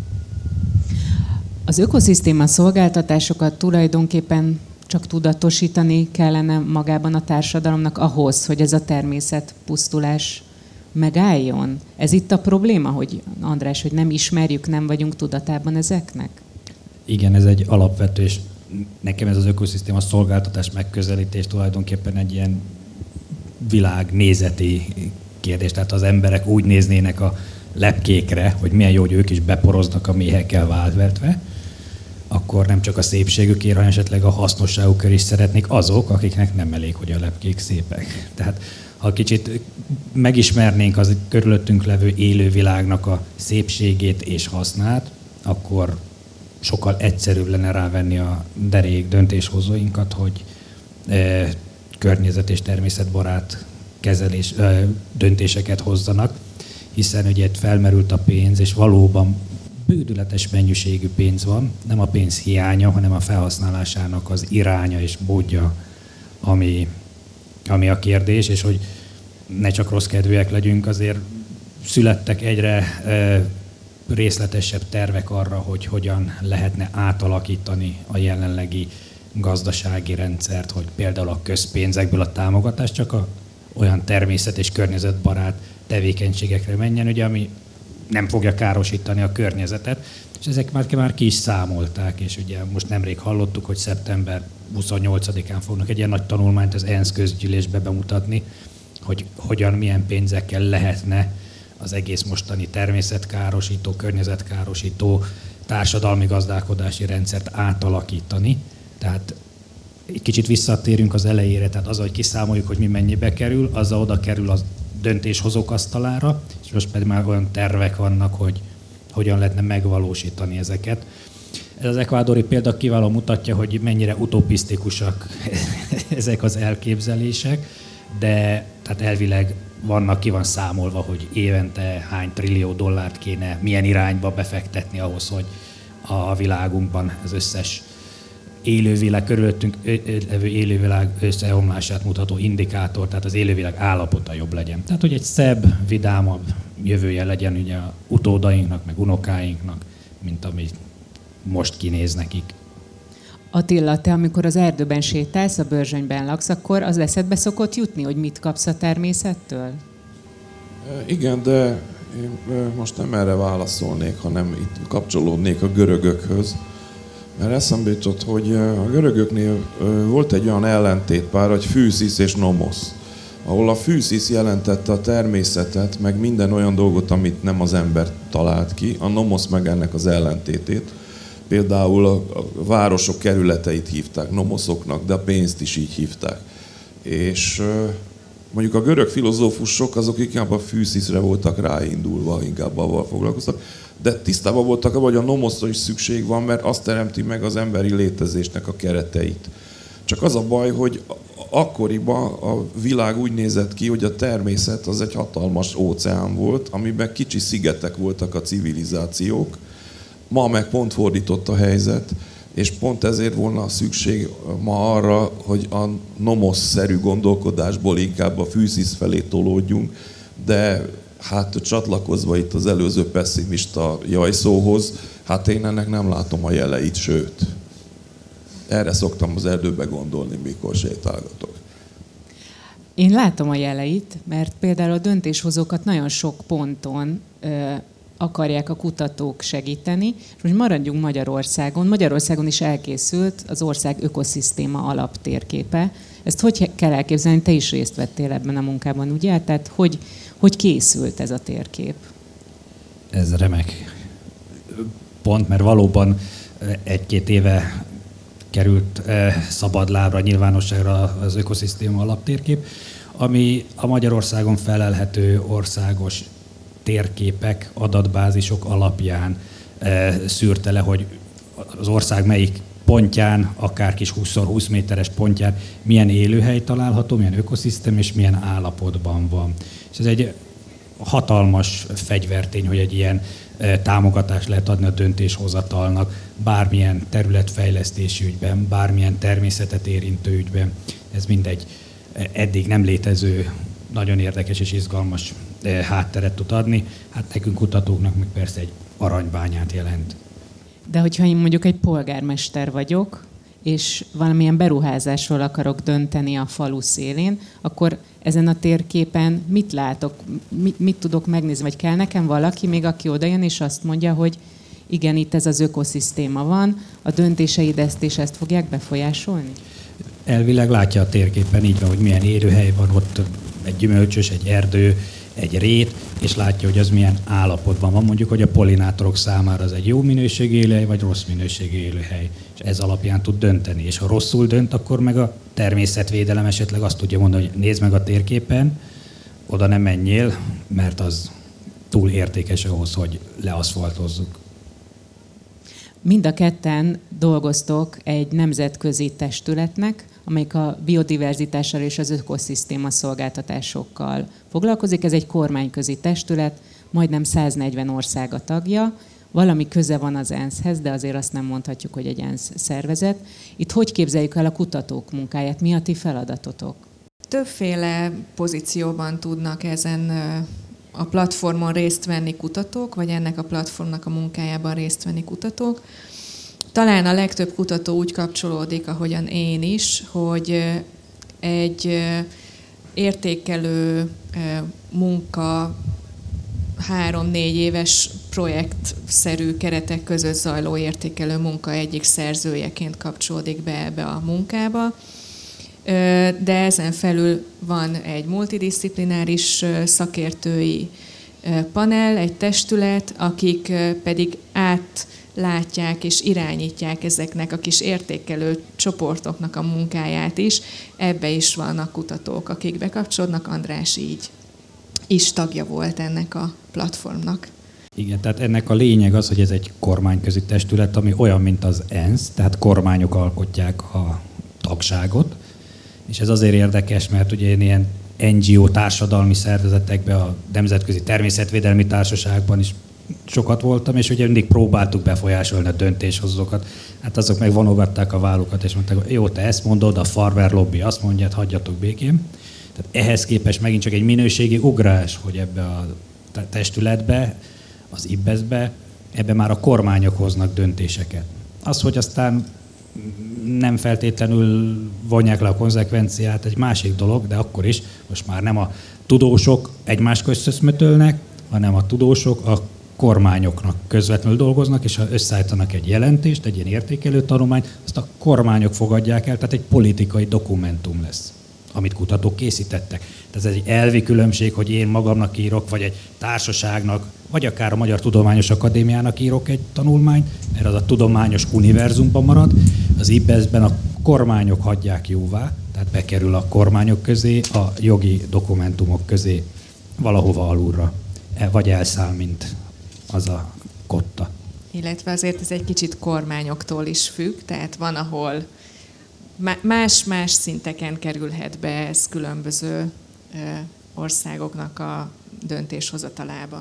Az ökoszisztéma szolgáltatásokat tulajdonképpen csak tudatosítani kellene magában a társadalomnak ahhoz, hogy ez a természetpusztulás megálljon? Ez itt a probléma, hogy András, hogy nem ismerjük, nem vagyunk tudatában ezeknek? Igen, ez egy alapvető, és nekem ez az ökoszisztéma szolgáltatás megközelítés tulajdonképpen egy ilyen világnézeti kérdés. Tehát az emberek úgy néznének a lepkékre, hogy milyen jó, hogy ők is beporoznak a méhekkel váltvetve, akkor nem csak a szépségükért, hanem esetleg a hasznosságukért is szeretnék azok, akiknek nem elég, hogy a lepkék szépek. Tehát ha kicsit megismernénk az körülöttünk levő élővilágnak a szépségét és hasznát, akkor sokkal egyszerűbb lenne rávenni a derék döntéshozóinkat, hogy e, környezet- és természetbarát kezelés, e, döntéseket hozzanak, hiszen ugye itt felmerült a pénz, és valóban bődületes mennyiségű pénz van, nem a pénz hiánya, hanem a felhasználásának az iránya és módja, ami, ami a kérdés, és hogy ne csak rossz kedvűek legyünk, azért születtek egyre e, részletesebb tervek arra, hogy hogyan lehetne átalakítani a jelenlegi gazdasági rendszert, hogy például a közpénzekből a támogatás csak a olyan természet- és környezetbarát tevékenységekre menjen, ugye, ami nem fogja károsítani a környezetet, és ezek már, már ki is számolták, és ugye most nemrég hallottuk, hogy szeptember huszonnyolcadikán fognak egy ilyen nagy tanulmányt az ENSZ közgyűlésbe bemutatni, hogy hogyan, milyen pénzekkel lehetne az egész mostani természetkárosító, környezetkárosító, társadalmi gazdálkodási rendszert átalakítani. Tehát egy kicsit visszatérünk az elejére, tehát az, hogy kiszámoljuk, hogy mi mennyibe kerül, azzal oda kerül a döntéshozók asztalára, és most pedig már olyan tervek vannak, hogy hogyan lehetne megvalósítani ezeket. Ez az ekvádori példa kiváló mutatja, hogy mennyire utopisztikusak ezek az elképzelések, de tehát elvileg vannak, ki van számolva, hogy évente hány trillió dollárt kéne milyen irányba befektetni ahhoz, hogy a világunkban az összes élővilág, körülöttünk levő élővilág összeomlását mutató indikátor, tehát az élővilág állapota jobb legyen. Tehát, hogy egy szebb, vidámabb jövője legyen ugye a utódainknak, meg unokáinknak, mint amit most kinéz nekik. Attila, te amikor az erdőben sétálsz, a Börzsönyben laksz, akkor az eszedbe szokott jutni, hogy mit kapsz a természettől? Igen, de én most nem erre válaszolnék, hanem itt kapcsolódnék a görögökhöz. Mert eszembe jutott, hogy a görögöknél volt egy olyan ellentétpár, hogy Phüsis és Nomos, ahol a Phüsis jelentette a természetet, meg minden olyan dolgot, amit nem az ember talált ki, a Nomos meg ennek az ellentétét. Például a városok kerületeit hívták nomoszoknak, de a pénzt is így hívták. És mondjuk a görög filozófusok azok inkább a Phüsisre voltak ráindulva, inkább avval foglalkoztak, de tisztában voltak abban, hogy a nomoszra is szükség van, mert azt teremti meg az emberi létezésnek a kereteit. Csak az a baj, hogy akkoriban a világ úgy nézett ki, hogy a természet az egy hatalmas óceán volt, amiben kicsi szigetek voltak a civilizációk. Ma meg pont fordított a helyzet, és pont ezért volna szükség ma arra, hogy a nomosz-szerű gondolkodásból inkább a Phüsis felé tolódjunk, de hát csatlakozva itt az előző pessimista jajszóhoz, hát én ennek nem látom a jeleit, sőt. Erre szoktam az erdőbe gondolni, mikor sétálgatok. Én látom a jeleit, mert például a döntéshozókat nagyon sok ponton ö, akarják a kutatók segíteni. És most maradjunk Magyarországon. Magyarországon is elkészült az ország ökoszisztéma alaptérképe. Ezt hogy kell elképzelni? Te is részt vettél ebben a munkában, ugye? Tehát hogy, hogy készült ez a térkép? Ez remek pont, mert valóban egy-két éve került szabadlábra, nyilvánosságra az ökoszisztéma alaptérkép, ami a Magyarországon felelhető országos térképek, adatbázisok alapján szűrte le, hogy az ország melyik pontján, akár kis húsz szor húsz méteres pontján milyen élőhely található, milyen ökoszisztém és milyen állapotban van. És ez egy hatalmas fegyvertény, hogy egy ilyen támogatást lehet adni a döntéshozatalnak bármilyen területfejlesztési ügyben, bármilyen természetet érintő ügyben. Ez mindegy eddig nem létező, nagyon érdekes és izgalmas hátteret tud adni. Hát nekünk kutatóknak meg persze egy aranybányát jelent. De hogyha én mondjuk egy polgármester vagyok, és valamilyen beruházásról akarok dönteni a falu szélén, akkor ezen a térképen mit látok, mit, mit tudok megnézni, vagy kell nekem valaki még, aki odajön, és azt mondja, hogy igen, itt ez az ökoszisztéma van, a döntéseid ezt és ezt fogják befolyásolni? Elvileg látja a térképen így van, hogy milyen élőhely van ott, egy gyümölcsös, egy erdő, egy rét, és látja, hogy az milyen állapotban van. Mondjuk, hogy a pollinátorok számára az egy jó minőségű élőhely, vagy rossz minőségű élőhely. És ez alapján tud dönteni. És ha rosszul dönt, akkor meg a természetvédelem esetleg azt tudja mondani, hogy nézd meg a térképen, oda nem menjél, mert az túl értékes ahhoz, hogy leaszfaltozzuk. Mind a ketten dolgoztok egy nemzetközi testületnek, amelyik a biodiverzitással és az ökoszisztéma szolgáltatásokkal foglalkozik. Ez egy kormányközi testület, majdnem száznegyven ország a tagja, valami köze van az ENSZ-hez, de azért azt nem mondhatjuk, hogy egy ENSZ szervezet. Itt hogy képzeljük el a kutatók munkáját? Mi a ti feladatotok? Többféle pozícióban tudnak ezen a platformon részt venni kutatók, vagy ennek a platformnak a munkájában részt venni kutatók. Talán a legtöbb kutató úgy kapcsolódik, ahogyan én is, hogy egy értékelő munka három-négy éves projektszerű keretek között zajló értékelő munka egyik szerzőjeként kapcsolódik be ebbe a munkába. De ezen felül van egy multidisziplináris szakértői panel, egy testület, akik pedig átlátják és irányítják ezeknek a kis értékelő csoportoknak a munkáját is. Ebbe is vannak kutatók, akik bekapcsolódnak. András így is tagja volt ennek a platformnak. Igen, tehát ennek a lényeg az, hogy ez egy kormányközi testület, ami olyan, mint az ENSZ, tehát kormányok alkotják a tagságot, és ez azért érdekes, mert ugye én ilyen en gé o társadalmi szervezetekben, a Nemzetközi Természetvédelmi Társaságban is sokat voltam, és ugye mindig próbáltuk befolyásolni a döntéshozókat. Hát azok meg vonogatták a vállukat, és mondták, hogy jó, te ezt mondod, a farmer lobby azt mondja, hát hagyjatok békén. Tehát ehhez képest megint csak egy minőségi ugrás, hogy ebbe a testületbe, az i bé e es-be, ebbe már a kormányok hoznak döntéseket. Az, hogy aztán nem feltétlenül vonják le a konzekvenciát, egy másik dolog, de akkor is most már nem a tudósok egymás közt összmötölnek, hanem a tudósok a kormányoknak közvetlenül dolgoznak, és ha összeállítanak egy jelentést, egy ilyen értékelő tanulmányt, azt a kormányok fogadják el, tehát egy politikai dokumentum lesz, amit kutatók készítettek. Tehát ez egy elvi különbség, hogy én magamnak írok, vagy egy társaságnak, vagy akár a Magyar Tudományos Akadémiának írok egy tanulmányt, mert az a tudományos univerzumban marad, az i bé e es-ben a kormányok hagyják jóvá, tehát bekerül a kormányok közé, a jogi dokumentumok közé valahova alulra, vagy elszáll, mint az a kotta. Illetve azért ez egy kicsit kormányoktól is függ, tehát van, ahol más-más szinteken kerülhet be ez különböző országoknak a döntéshozatalába.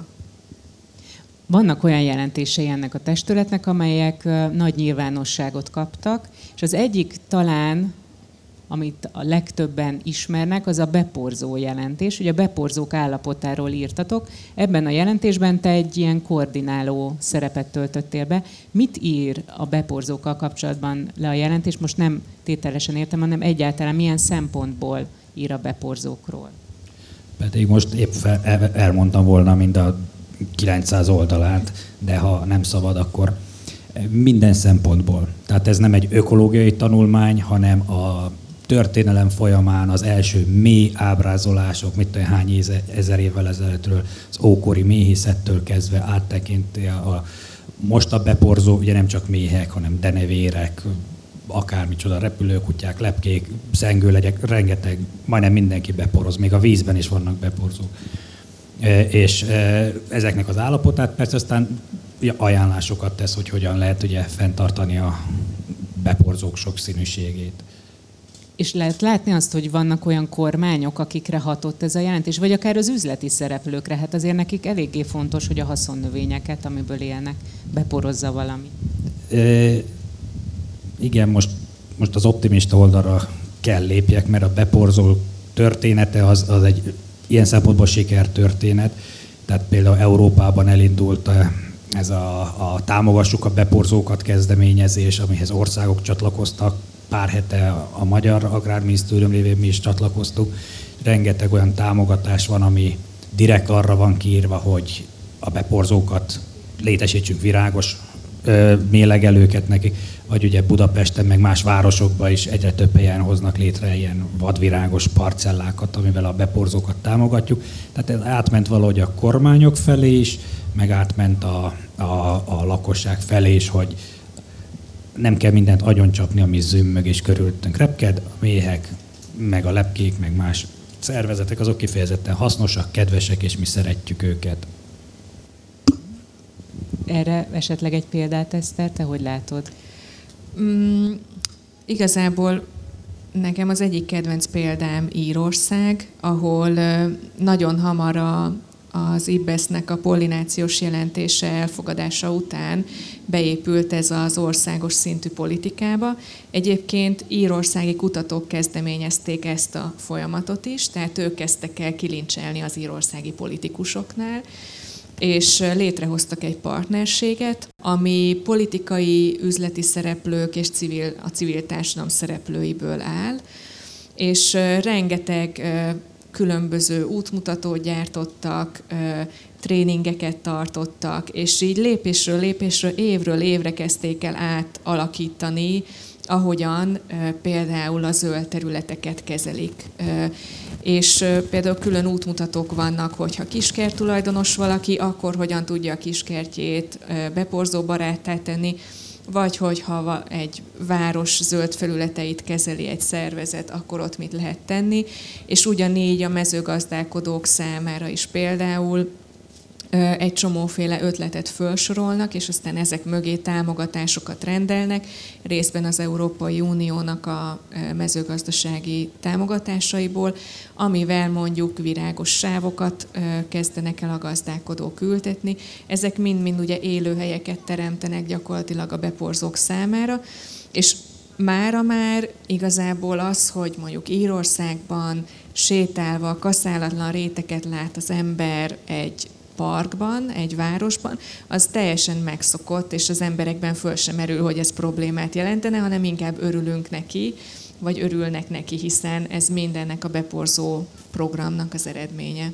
Vannak olyan jelentései ennek a testületnek, amelyek nagy nyilvánosságot kaptak, és az egyik talán, amit a legtöbben ismernek, az a beporzó jelentés. Ugye a beporzók állapotáról írtatok. Ebben a jelentésben te egy ilyen koordináló szerepet töltöttél be. Mit ír a beporzókkal kapcsolatban le a jelentés? Most nem tételesen értem, hanem egyáltalán milyen szempontból ír a beporzókról? Pedig most épp fel, elmondtam volna mind a kilencszáz oldalát, de ha nem szabad, akkor minden szempontból. Tehát ez nem egy ökológiai tanulmány, hanem a történelem folyamán az első mély ábrázolások, mit tudom, hány ezer évvel ezelőttről, az ókori méhészettől kezdve áttekinti a most a beporzó, ugye nem csak méhek, hanem denevérek, akármicsoda, repülőkutyák, lepkék, szengőlegyek, rengeteg, majdnem mindenki beporoz, még a vízben is vannak beporzók. És ezeknek az állapotát persze aztán ajánlásokat tesz, hogy hogyan lehet ugye fenntartani a beporzók sokszínűségét. És lehet látni azt, hogy vannak olyan kormányok, akikre hatott ez a jelentés, vagy akár az üzleti szereplőkre. Hát azért nekik eléggé fontos, hogy a haszonnövényeket, amiből élnek, beporozza valami. E, igen, most, most az optimista oldalra kell lépjek, mert a beporzó története az, az egy ilyen szempontból sikertörténet. Tehát például Európában elindult ez a, a támogassuk a beporzókat kezdeményezés, amihez országok csatlakoztak. Pár hete a Magyar Agrárminisztérium révén mi is csatlakoztuk. Rengeteg olyan támogatás van, ami direkt arra van kiírva, hogy a beporzókat létesítsünk, virágos ö, mélegelőket nekik, vagy ugye Budapesten, meg más városokban is egyre több helyen hoznak létre ilyen vadvirágos parcellákat, amivel a beporzókat támogatjuk. Tehát ez átment valahogy a kormányok felé is, meg átment a, a, a lakosság felé is, hogy nem kell mindent agyoncsapni, ami zümmög és körülöttünk repked, a méhek, meg a lepkék, meg más szervezetek, azok kifejezetten hasznosak, kedvesek, és mi szeretjük őket. Erre esetleg egy példát, Eszter, te hogy látod? Mm, igazából nekem az egyik kedvenc példám Írország, ahol nagyon hamar a az I B E S-nek a pollinációs jelentése elfogadása után beépült ez az országos szintű politikába. Egyébként írországi kutatók kezdeményezték ezt a folyamatot is, tehát ők kezdtek el kilincselni az írországi politikusoknál, és létrehoztak egy partnerséget, ami politikai, üzleti szereplők és civil, a civil társadalom szereplőiből áll, és rengeteg különböző útmutatót gyártottak, tréningeket tartottak, és így lépésről lépésről, évről évre kezdték el átalakítani, ahogyan például a zöld területeket kezelik. És például külön útmutatók vannak, hogyha kiskert tulajdonos valaki, akkor hogyan tudja a kiskertjét beporzóbaráttá tenni, vagy hogyha egy város zöld felületeit kezeli egy szervezet, akkor ott mit lehet tenni. És ugyanígy a mezőgazdálkodók számára is például egy csomóféle ötletet felsorolnak, és aztán ezek mögé támogatásokat rendelnek, részben az Európai Uniónak a mezőgazdasági támogatásaiból, amivel mondjuk virágos sávokat kezdenek el a gazdálkodók ültetni. Ezek mind-mind ugye élőhelyeket teremtenek gyakorlatilag a beporzók számára, és mára már igazából az, hogy mondjuk Írországban sétálva kaszálatlan réteket lát az ember egy parkban, egy városban, az teljesen megszokott, és az emberekben föl sem merül, hogy ez problémát jelentene, hanem inkább örülünk neki, vagy örülnek neki, hiszen ez mindennek a beporzó programnak az eredménye.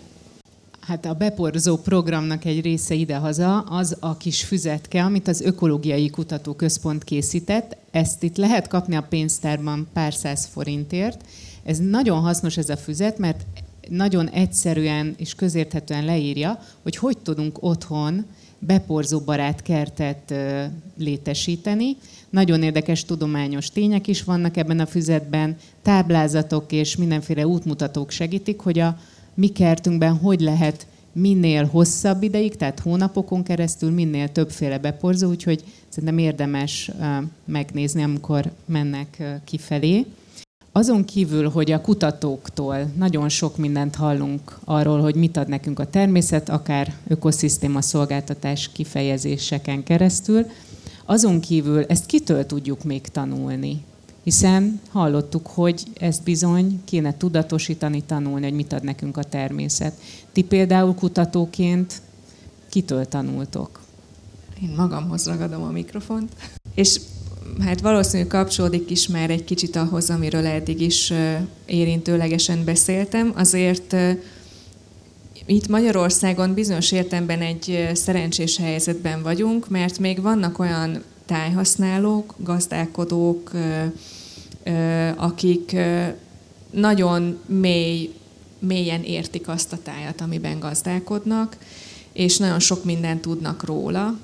Hát a beporzó programnak egy része idehaza az a kis füzetke, amit az Ökológiai Kutatóközpont készített. Ezt itt lehet kapni a pénztárban pár száz forintért. Ez nagyon hasznos ez a füzet, mert nagyon egyszerűen és közérthetően leírja, hogy hogy tudunk otthon beporzóbarát kertet létesíteni. Nagyon érdekes tudományos tények is vannak ebben a füzetben, táblázatok és mindenféle útmutatók segítik, hogy a mi kertünkben hogy lehet minél hosszabb ideig, tehát hónapokon keresztül minél többféle beporzó, úgyhogy szerintem érdemes megnézni, amikor mennek kifelé. Azon kívül, hogy a kutatóktól nagyon sok mindent hallunk arról, hogy mit ad nekünk a természet, akár ökoszisztéma szolgáltatás kifejezéseken keresztül, azon kívül ezt kitől tudjuk még tanulni? Hiszen hallottuk, hogy ezt bizony kéne tudatosítani, tanulni, hogy mit ad nekünk a természet. Ti például kutatóként kitől tanultok? Én magamhoz ragadom a mikrofont. És hát valószínűleg kapcsolódik is már egy kicsit ahhoz, amiről eddig is érintőlegesen beszéltem. Azért itt Magyarországon bizonyos értelemben egy szerencsés helyzetben vagyunk, mert még vannak olyan tájhasználók, gazdálkodók, akik nagyon mély, mélyen értik azt a tájat, amiben gazdálkodnak, és nagyon sok mindent tudnak róla,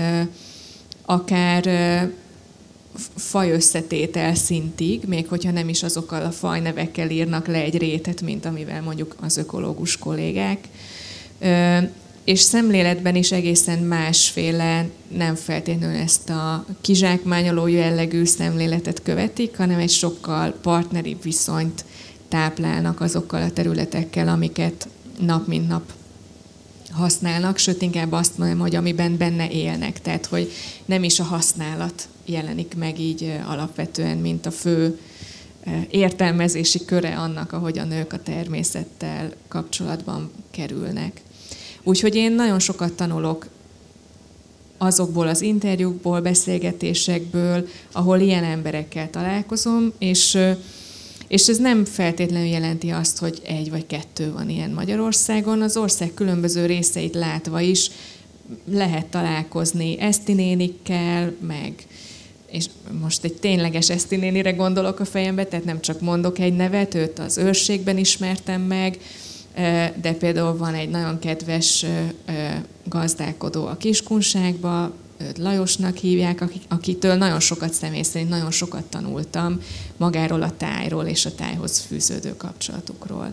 akár fajösszetétel szintig, még hogyha nem is azokkal a fajnevekkel írnak le egy rétet, mint amivel mondjuk az ökológus kollégák. és szemléletben is egészen másféle, nem feltétlenül ezt a kizsákmányoló jellegű szemléletet követik, hanem egy sokkal partneri viszonyt táplálnak azokkal a területekkel, amiket nap mint nap használnak, sőt inkább azt mondom, hogy amiben benne élnek. Tehát, hogy nem is a használat jelenik meg így alapvetően, mint a fő értelmezési köre annak, ahogy a nők a természettel kapcsolatban kerülnek. Úgyhogy én nagyon sokat tanulok azokból az interjúkból, beszélgetésekből, ahol ilyen emberekkel találkozom, és, és ez nem feltétlenül jelenti azt, hogy egy vagy kettő van ilyen Magyarországon. Az ország különböző részeit látva is lehet találkozni Eszti nénikkel, meg, és most egy tényleges Eszti nénire gondolok a fejembe, tehát nem csak mondok egy nevet, őt az őrségben ismertem meg, de például van egy nagyon kedves gazdálkodó a Kiskunságban, őt Lajosnak hívják, akitől nagyon sokat személy szerint, nagyon sokat tanultam magáról a tájról és a tájhoz fűződő kapcsolatukról.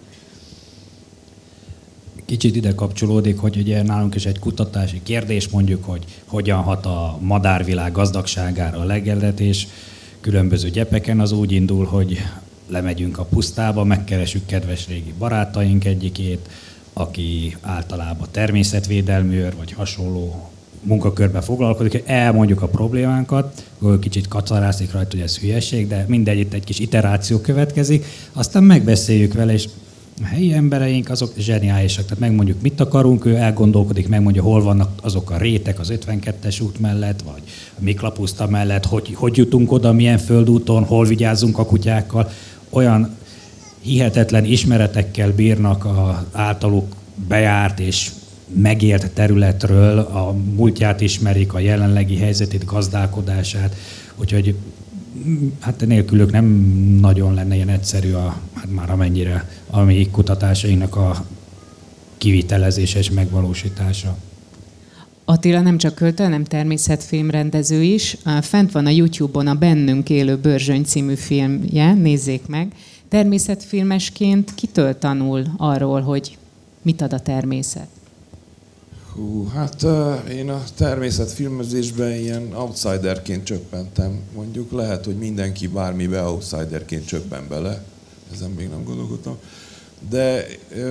Kicsit ide kapcsolódik, hogy ugye nálunk is egy kutatási kérdés, mondjuk, hogy hogyan hat a madárvilág gazdagságára a legeltetés. Különböző gyepeken az úgy indul, hogy lemegyünk a pusztába, megkeresünk kedves régi barátaink egyikét, aki általában természetvédelmi őr, vagy hasonló munkakörben foglalkozik, elmondjuk a problémánkat, kicsit kacarászik rajta, hogy ez hülyeség, de mindegy, itt egy kis iteráció következik, aztán megbeszéljük vele, és a helyi embereink azok zseniálisak, tehát megmondjuk, mit akarunk, ő elgondolkodik, megmondja, hol vannak azok a rétek az ötvenkettes út mellett, vagy a Miklapuszta mellett, hogy, hogy jutunk oda, milyen földúton, hol vigyázzunk a kutyákkal. Olyan hihetetlen ismeretekkel bírnak az általuk bejárt és megélt területről, a múltját ismerik, a jelenlegi helyzetét, gazdálkodását, úgyhogy hát nélkülük nem nagyon lenne ilyen egyszerű, a, hát már amennyire a mi kutatásainknak a kivitelezése és megvalósítása. Attila nem csak költő, hanem természetfilmrendező is. Fent van a YouTube-on a Bennünk élő Börzsöny című filmje, nézzék meg. Természetfilmesként kitől tanul arról, hogy mit ad a természet? Hú, hát én a természetfilmezésben ilyen outsiderként csöppentem. Mondjuk lehet, hogy mindenki bármibe outsiderként csöppen bele. Ezen még nem gondolkodtam. De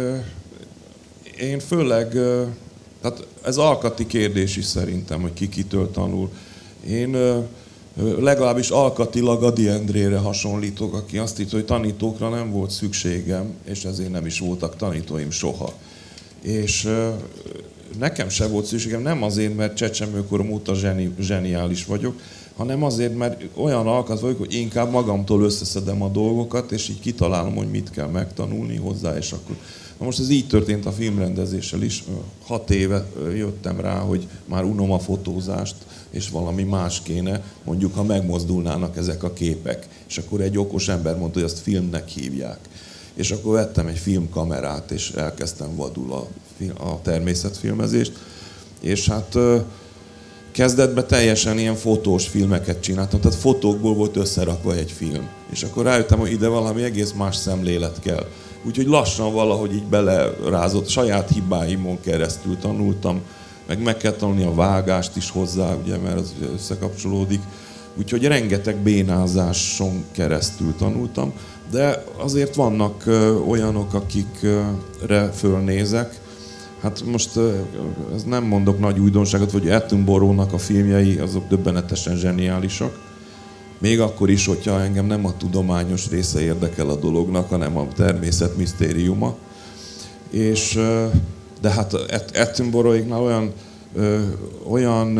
én főleg, tehát ez alkati kérdés is szerintem, hogy ki kitől tanul. Én legalábbis alkatilag Ady Endrére hasonlítok, aki azt írta, hogy tanítókra nem volt szükségem, és ezért nem is voltak tanítóim soha. És nekem se volt szükségem, nem azért, mert csecsemőkorom óta zseni, zseniális vagyok, hanem azért, mert olyan alkat vagyok, hogy inkább magamtól összeszedem a dolgokat, és így kitalálom, hogy mit kell megtanulni hozzá, és akkor... Na most ez így történt a filmrendezéssel is. Hat éve jöttem rá, hogy már unom a fotózást, és valami más kéne, mondjuk, ha megmozdulnának ezek a képek. És akkor egy okos ember mondta, hogy azt filmnek hívják. És akkor vettem egy filmkamerát, és elkezdtem vadul a, a természetfilmezést. És hát kezdetben teljesen ilyen fotós filmeket csináltam, tehát fotókból volt összerakva egy film. És akkor rájöttem, hogy ide valami egész más szemlélet kell. Úgyhogy lassan valahogy így belerázott, saját hibáimon keresztül tanultam, meg meg kell tanulni a vágást is hozzá, ugye, mert az összekapcsolódik. Úgyhogy rengeteg bénázáson keresztül tanultam, de azért vannak olyanok, akikre fölnézek. Hát most ez nem mondok nagy újdonságot, hogy Attenborough-nak a filmjei azok döbbenetesen zseniálisak. Még akkor is, hogyha engem nem a tudományos része érdekel a dolognak, hanem a természet misztériuma. És, de hát Attenborough-éknál olyan, olyan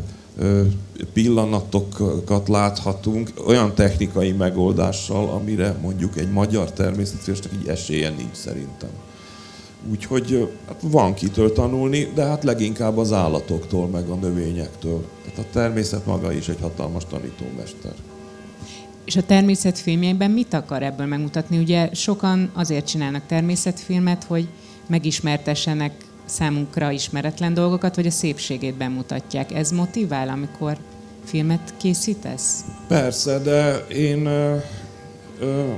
pillanatokat láthatunk, olyan technikai megoldással, amire mondjuk egy magyar természetfilmesnek így esélye nincs szerintem. Úgyhogy hát van kitől tanulni, de hát leginkább az állatoktól, meg a növényektől. Tehát a természet maga is egy hatalmas tanítómester. És a természetfilmjeiben mit akar ebből megmutatni? Ugye sokan azért csinálnak természetfilmet, hogy megismertessenek számunkra ismeretlen dolgokat, vagy a szépségét bemutatják. Ez motivál, amikor filmet készítesz? Persze, de én ö, ö,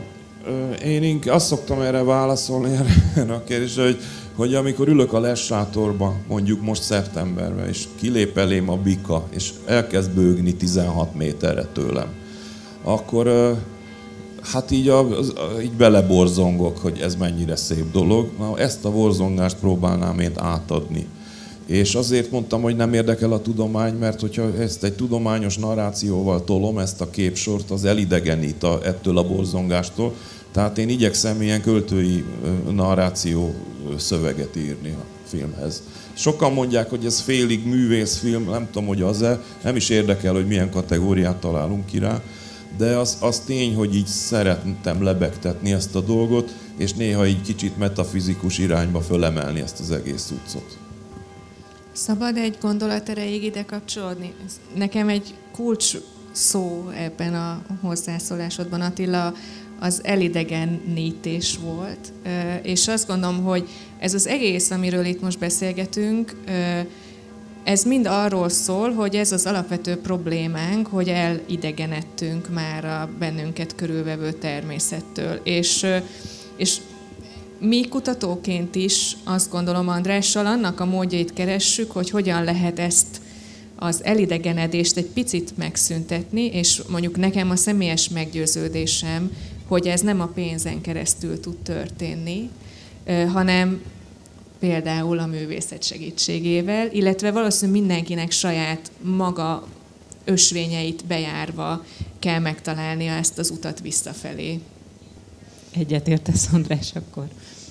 Én inkább azt szoktam erre válaszolni, erre a kérdésre, hogy, hogy amikor ülök a lessátorba, mondjuk most szeptemberben, és kilép elém a bika, és elkezd bőgni tizenhat méterre tőlem, akkor hát így, a, így beleborzongok, hogy ez mennyire szép dolog. Na, ezt a borzongást próbálnám én átadni. És azért mondtam, hogy nem érdekel a tudomány, mert hogyha ezt egy tudományos narrációval tolom, ezt a képsort, az elidegenít a, ettől a borzongástól. Tehát én igyekszem ilyen költői narráció szöveget írni a filmhez. Sokan mondják, hogy ez félig művészfilm, nem tudom, hogy az-e, nem is érdekel, hogy milyen kategóriát találunk ki rá, de az, az tény, hogy így szerettem lebegtetni ezt a dolgot, és néha így kicsit metafizikus irányba fölemelni ezt az egész cuccot. Szabad egy gondolat erejéig ide kapcsolódni? Nekem egy kulcs szó ebben a hozzászólásodban, Attila, az elidegenítés volt. És azt gondolom, hogy ez az egész, amiről itt most beszélgetünk, ez mind arról szól, hogy ez az alapvető problémánk, hogy elidegenedtünk már a bennünket körülvevő természettől. És, és mi kutatóként is azt gondolom Andrással annak a módjait keressük, hogy hogyan lehet ezt az elidegenedést egy picit megszüntetni, és mondjuk nekem a személyes meggyőződésem, hogy ez nem a pénzen keresztül tud történni, hanem például a művészet segítségével, illetve valószínűleg mindenkinek saját maga ösvényeit bejárva kell megtalálnia ezt az utat visszafelé. Egyetértesz, András, akkor?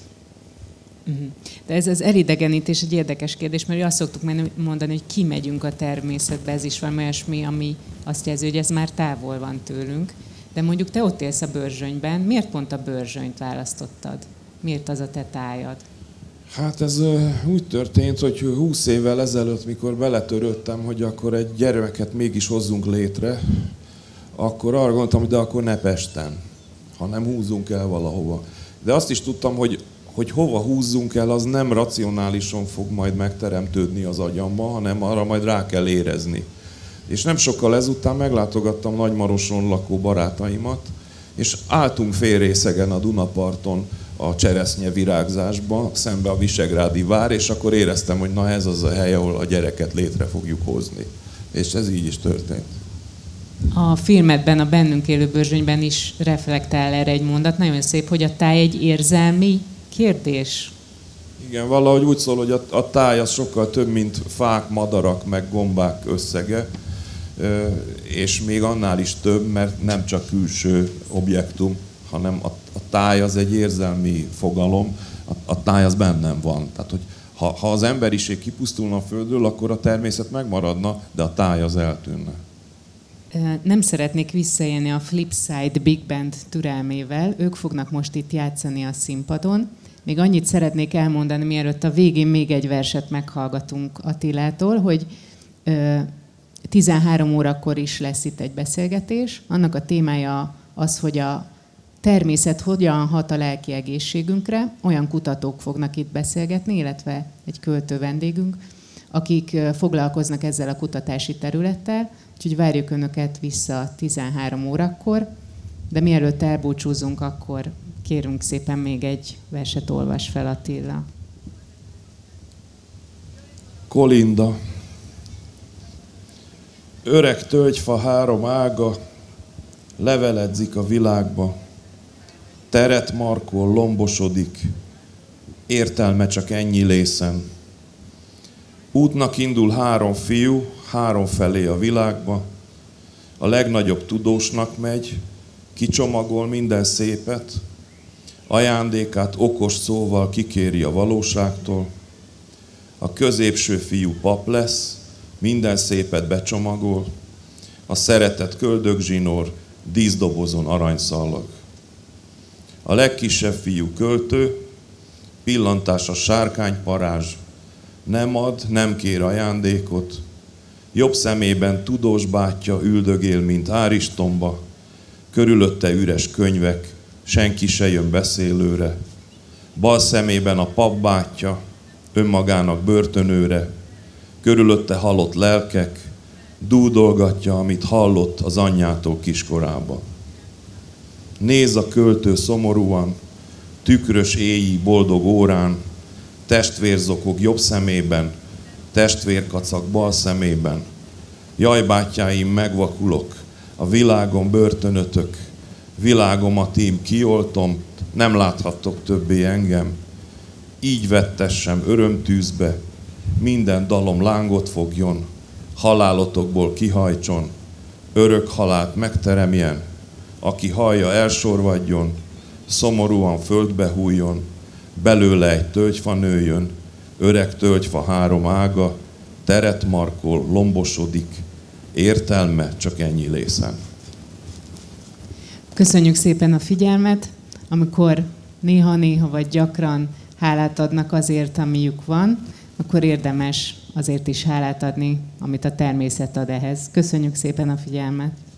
De ez az elidegenítés egy érdekes kérdés, mert azt szoktuk mondani, hogy kimegyünk a természetbe, ez is valami olyasmi, ami azt jelzi, hogy ez már távol van tőlünk. De mondjuk te ott élsz a Börzsönyben, miért pont a Börzsönyt választottad? Miért az a te tájad? Hát ez úgy történt, hogy húsz évvel ezelőtt, mikor beletörődtem, hogy akkor egy gyermeket mégis hozzunk létre, akkor arra gondoltam, hogy de akkor ne Pesten, hanem húzzunk el valahova. De azt is tudtam, hogy, hogy hova húzzunk el, az nem racionálisan fog majd megteremtődni az agyamban, hanem arra majd rá kell érezni. És nem sokkal ezután meglátogattam Nagymaroson lakó barátaimat, és álltunk félrészegen a Dunaparton a cseresznye virágzásba, szembe a Visegrádi vár, és akkor éreztem, hogy na ez az a hely, ahol a gyereket létre fogjuk hozni. És ez így is történt. A filmedben, a Bennünk élő Börzsönyben is reflektál erre egy mondat. Nagyon szép, hogy a táj egy érzelmi kérdés. Igen, valahogy úgy szól, hogy a, a táj az sokkal több, mint fák, madarak, meg gombák összege, és még annál is több, mert nem csak külső objektum, hanem a, a táj az egy érzelmi fogalom, a, a táj az bennem van. Tehát, hogy ha, ha az emberiség kipusztulna a Földről, akkor a természet megmaradna, de a táj az eltűnne. Nem szeretnék visszaélni a Flipside Big Band türelmével. Ők fognak most itt játszani a színpadon. Még annyit szeretnék elmondani, mielőtt a végén még egy verset meghallgatunk Attilától, hogy tizenhárom órakor is lesz itt egy beszélgetés. Annak a témája az, hogy a természet hogyan hat a lelki egészségünkre. Olyan kutatók fognak itt beszélgetni, illetve egy költő vendégünk, akik foglalkoznak ezzel a kutatási területtel. Úgyhogy várjuk Önöket vissza tizenhárom órakor, de mielőtt elbúcsúzunk, akkor kérünk szépen még egy verset olvas fel, Attila. Kolinda. Öreg tölgyfa három ága, leveledzik a világba, teret markol, lombosodik, értelme csak ennyi lészen. Útnak indul három fiú, három felé a világba, a legnagyobb tudósnak megy, kicsomagol minden szépet, ajándékát okos szóval kikéri a valóságtól, a középső fiú pap lesz, minden szépet becsomagol, a szeretet köldögzsinór, díszdobozon aranyszallag. A legkisebb fiú költő, pillantása sárkányparázs, nem ad, nem kér ajándékot, jobb szemében tudós bátyja üldögél, mint áristomba, körülötte üres könyvek, senki se jön beszélőre, bal szemében a papbátyja, önmagának börtönőre, körülötte halott lelkek, dúdolgatja, amit hallott az anyjától kiskorában. Néz a költő szomorúan, tükrös éjjel boldog órán, testvérzokog jobb szemében, testvérkacak bal szemében. Jaj, bátyáim, megvakulok, a világon börtönötök, világomat ím kioltom, nem láthattok többé engem. Így vettessem örömtűzbe, minden dalom lángot fogjon, halálotokból kihajtson, örök halált megteremjen, aki hallja elsorvadjon, szomorúan földbe hújjon, belőle egy tölgyfa nőjön, öreg tölgyfa három ága, teret markol, lombosodik, értelme csak ennyi lészen. Köszönjük szépen a figyelmet, amikor néha-néha vagy gyakran hálát adnak azért, amiük van, akkor érdemes azért is hálát adni, amit a természet ad ehhez. Köszönjük szépen a figyelmet!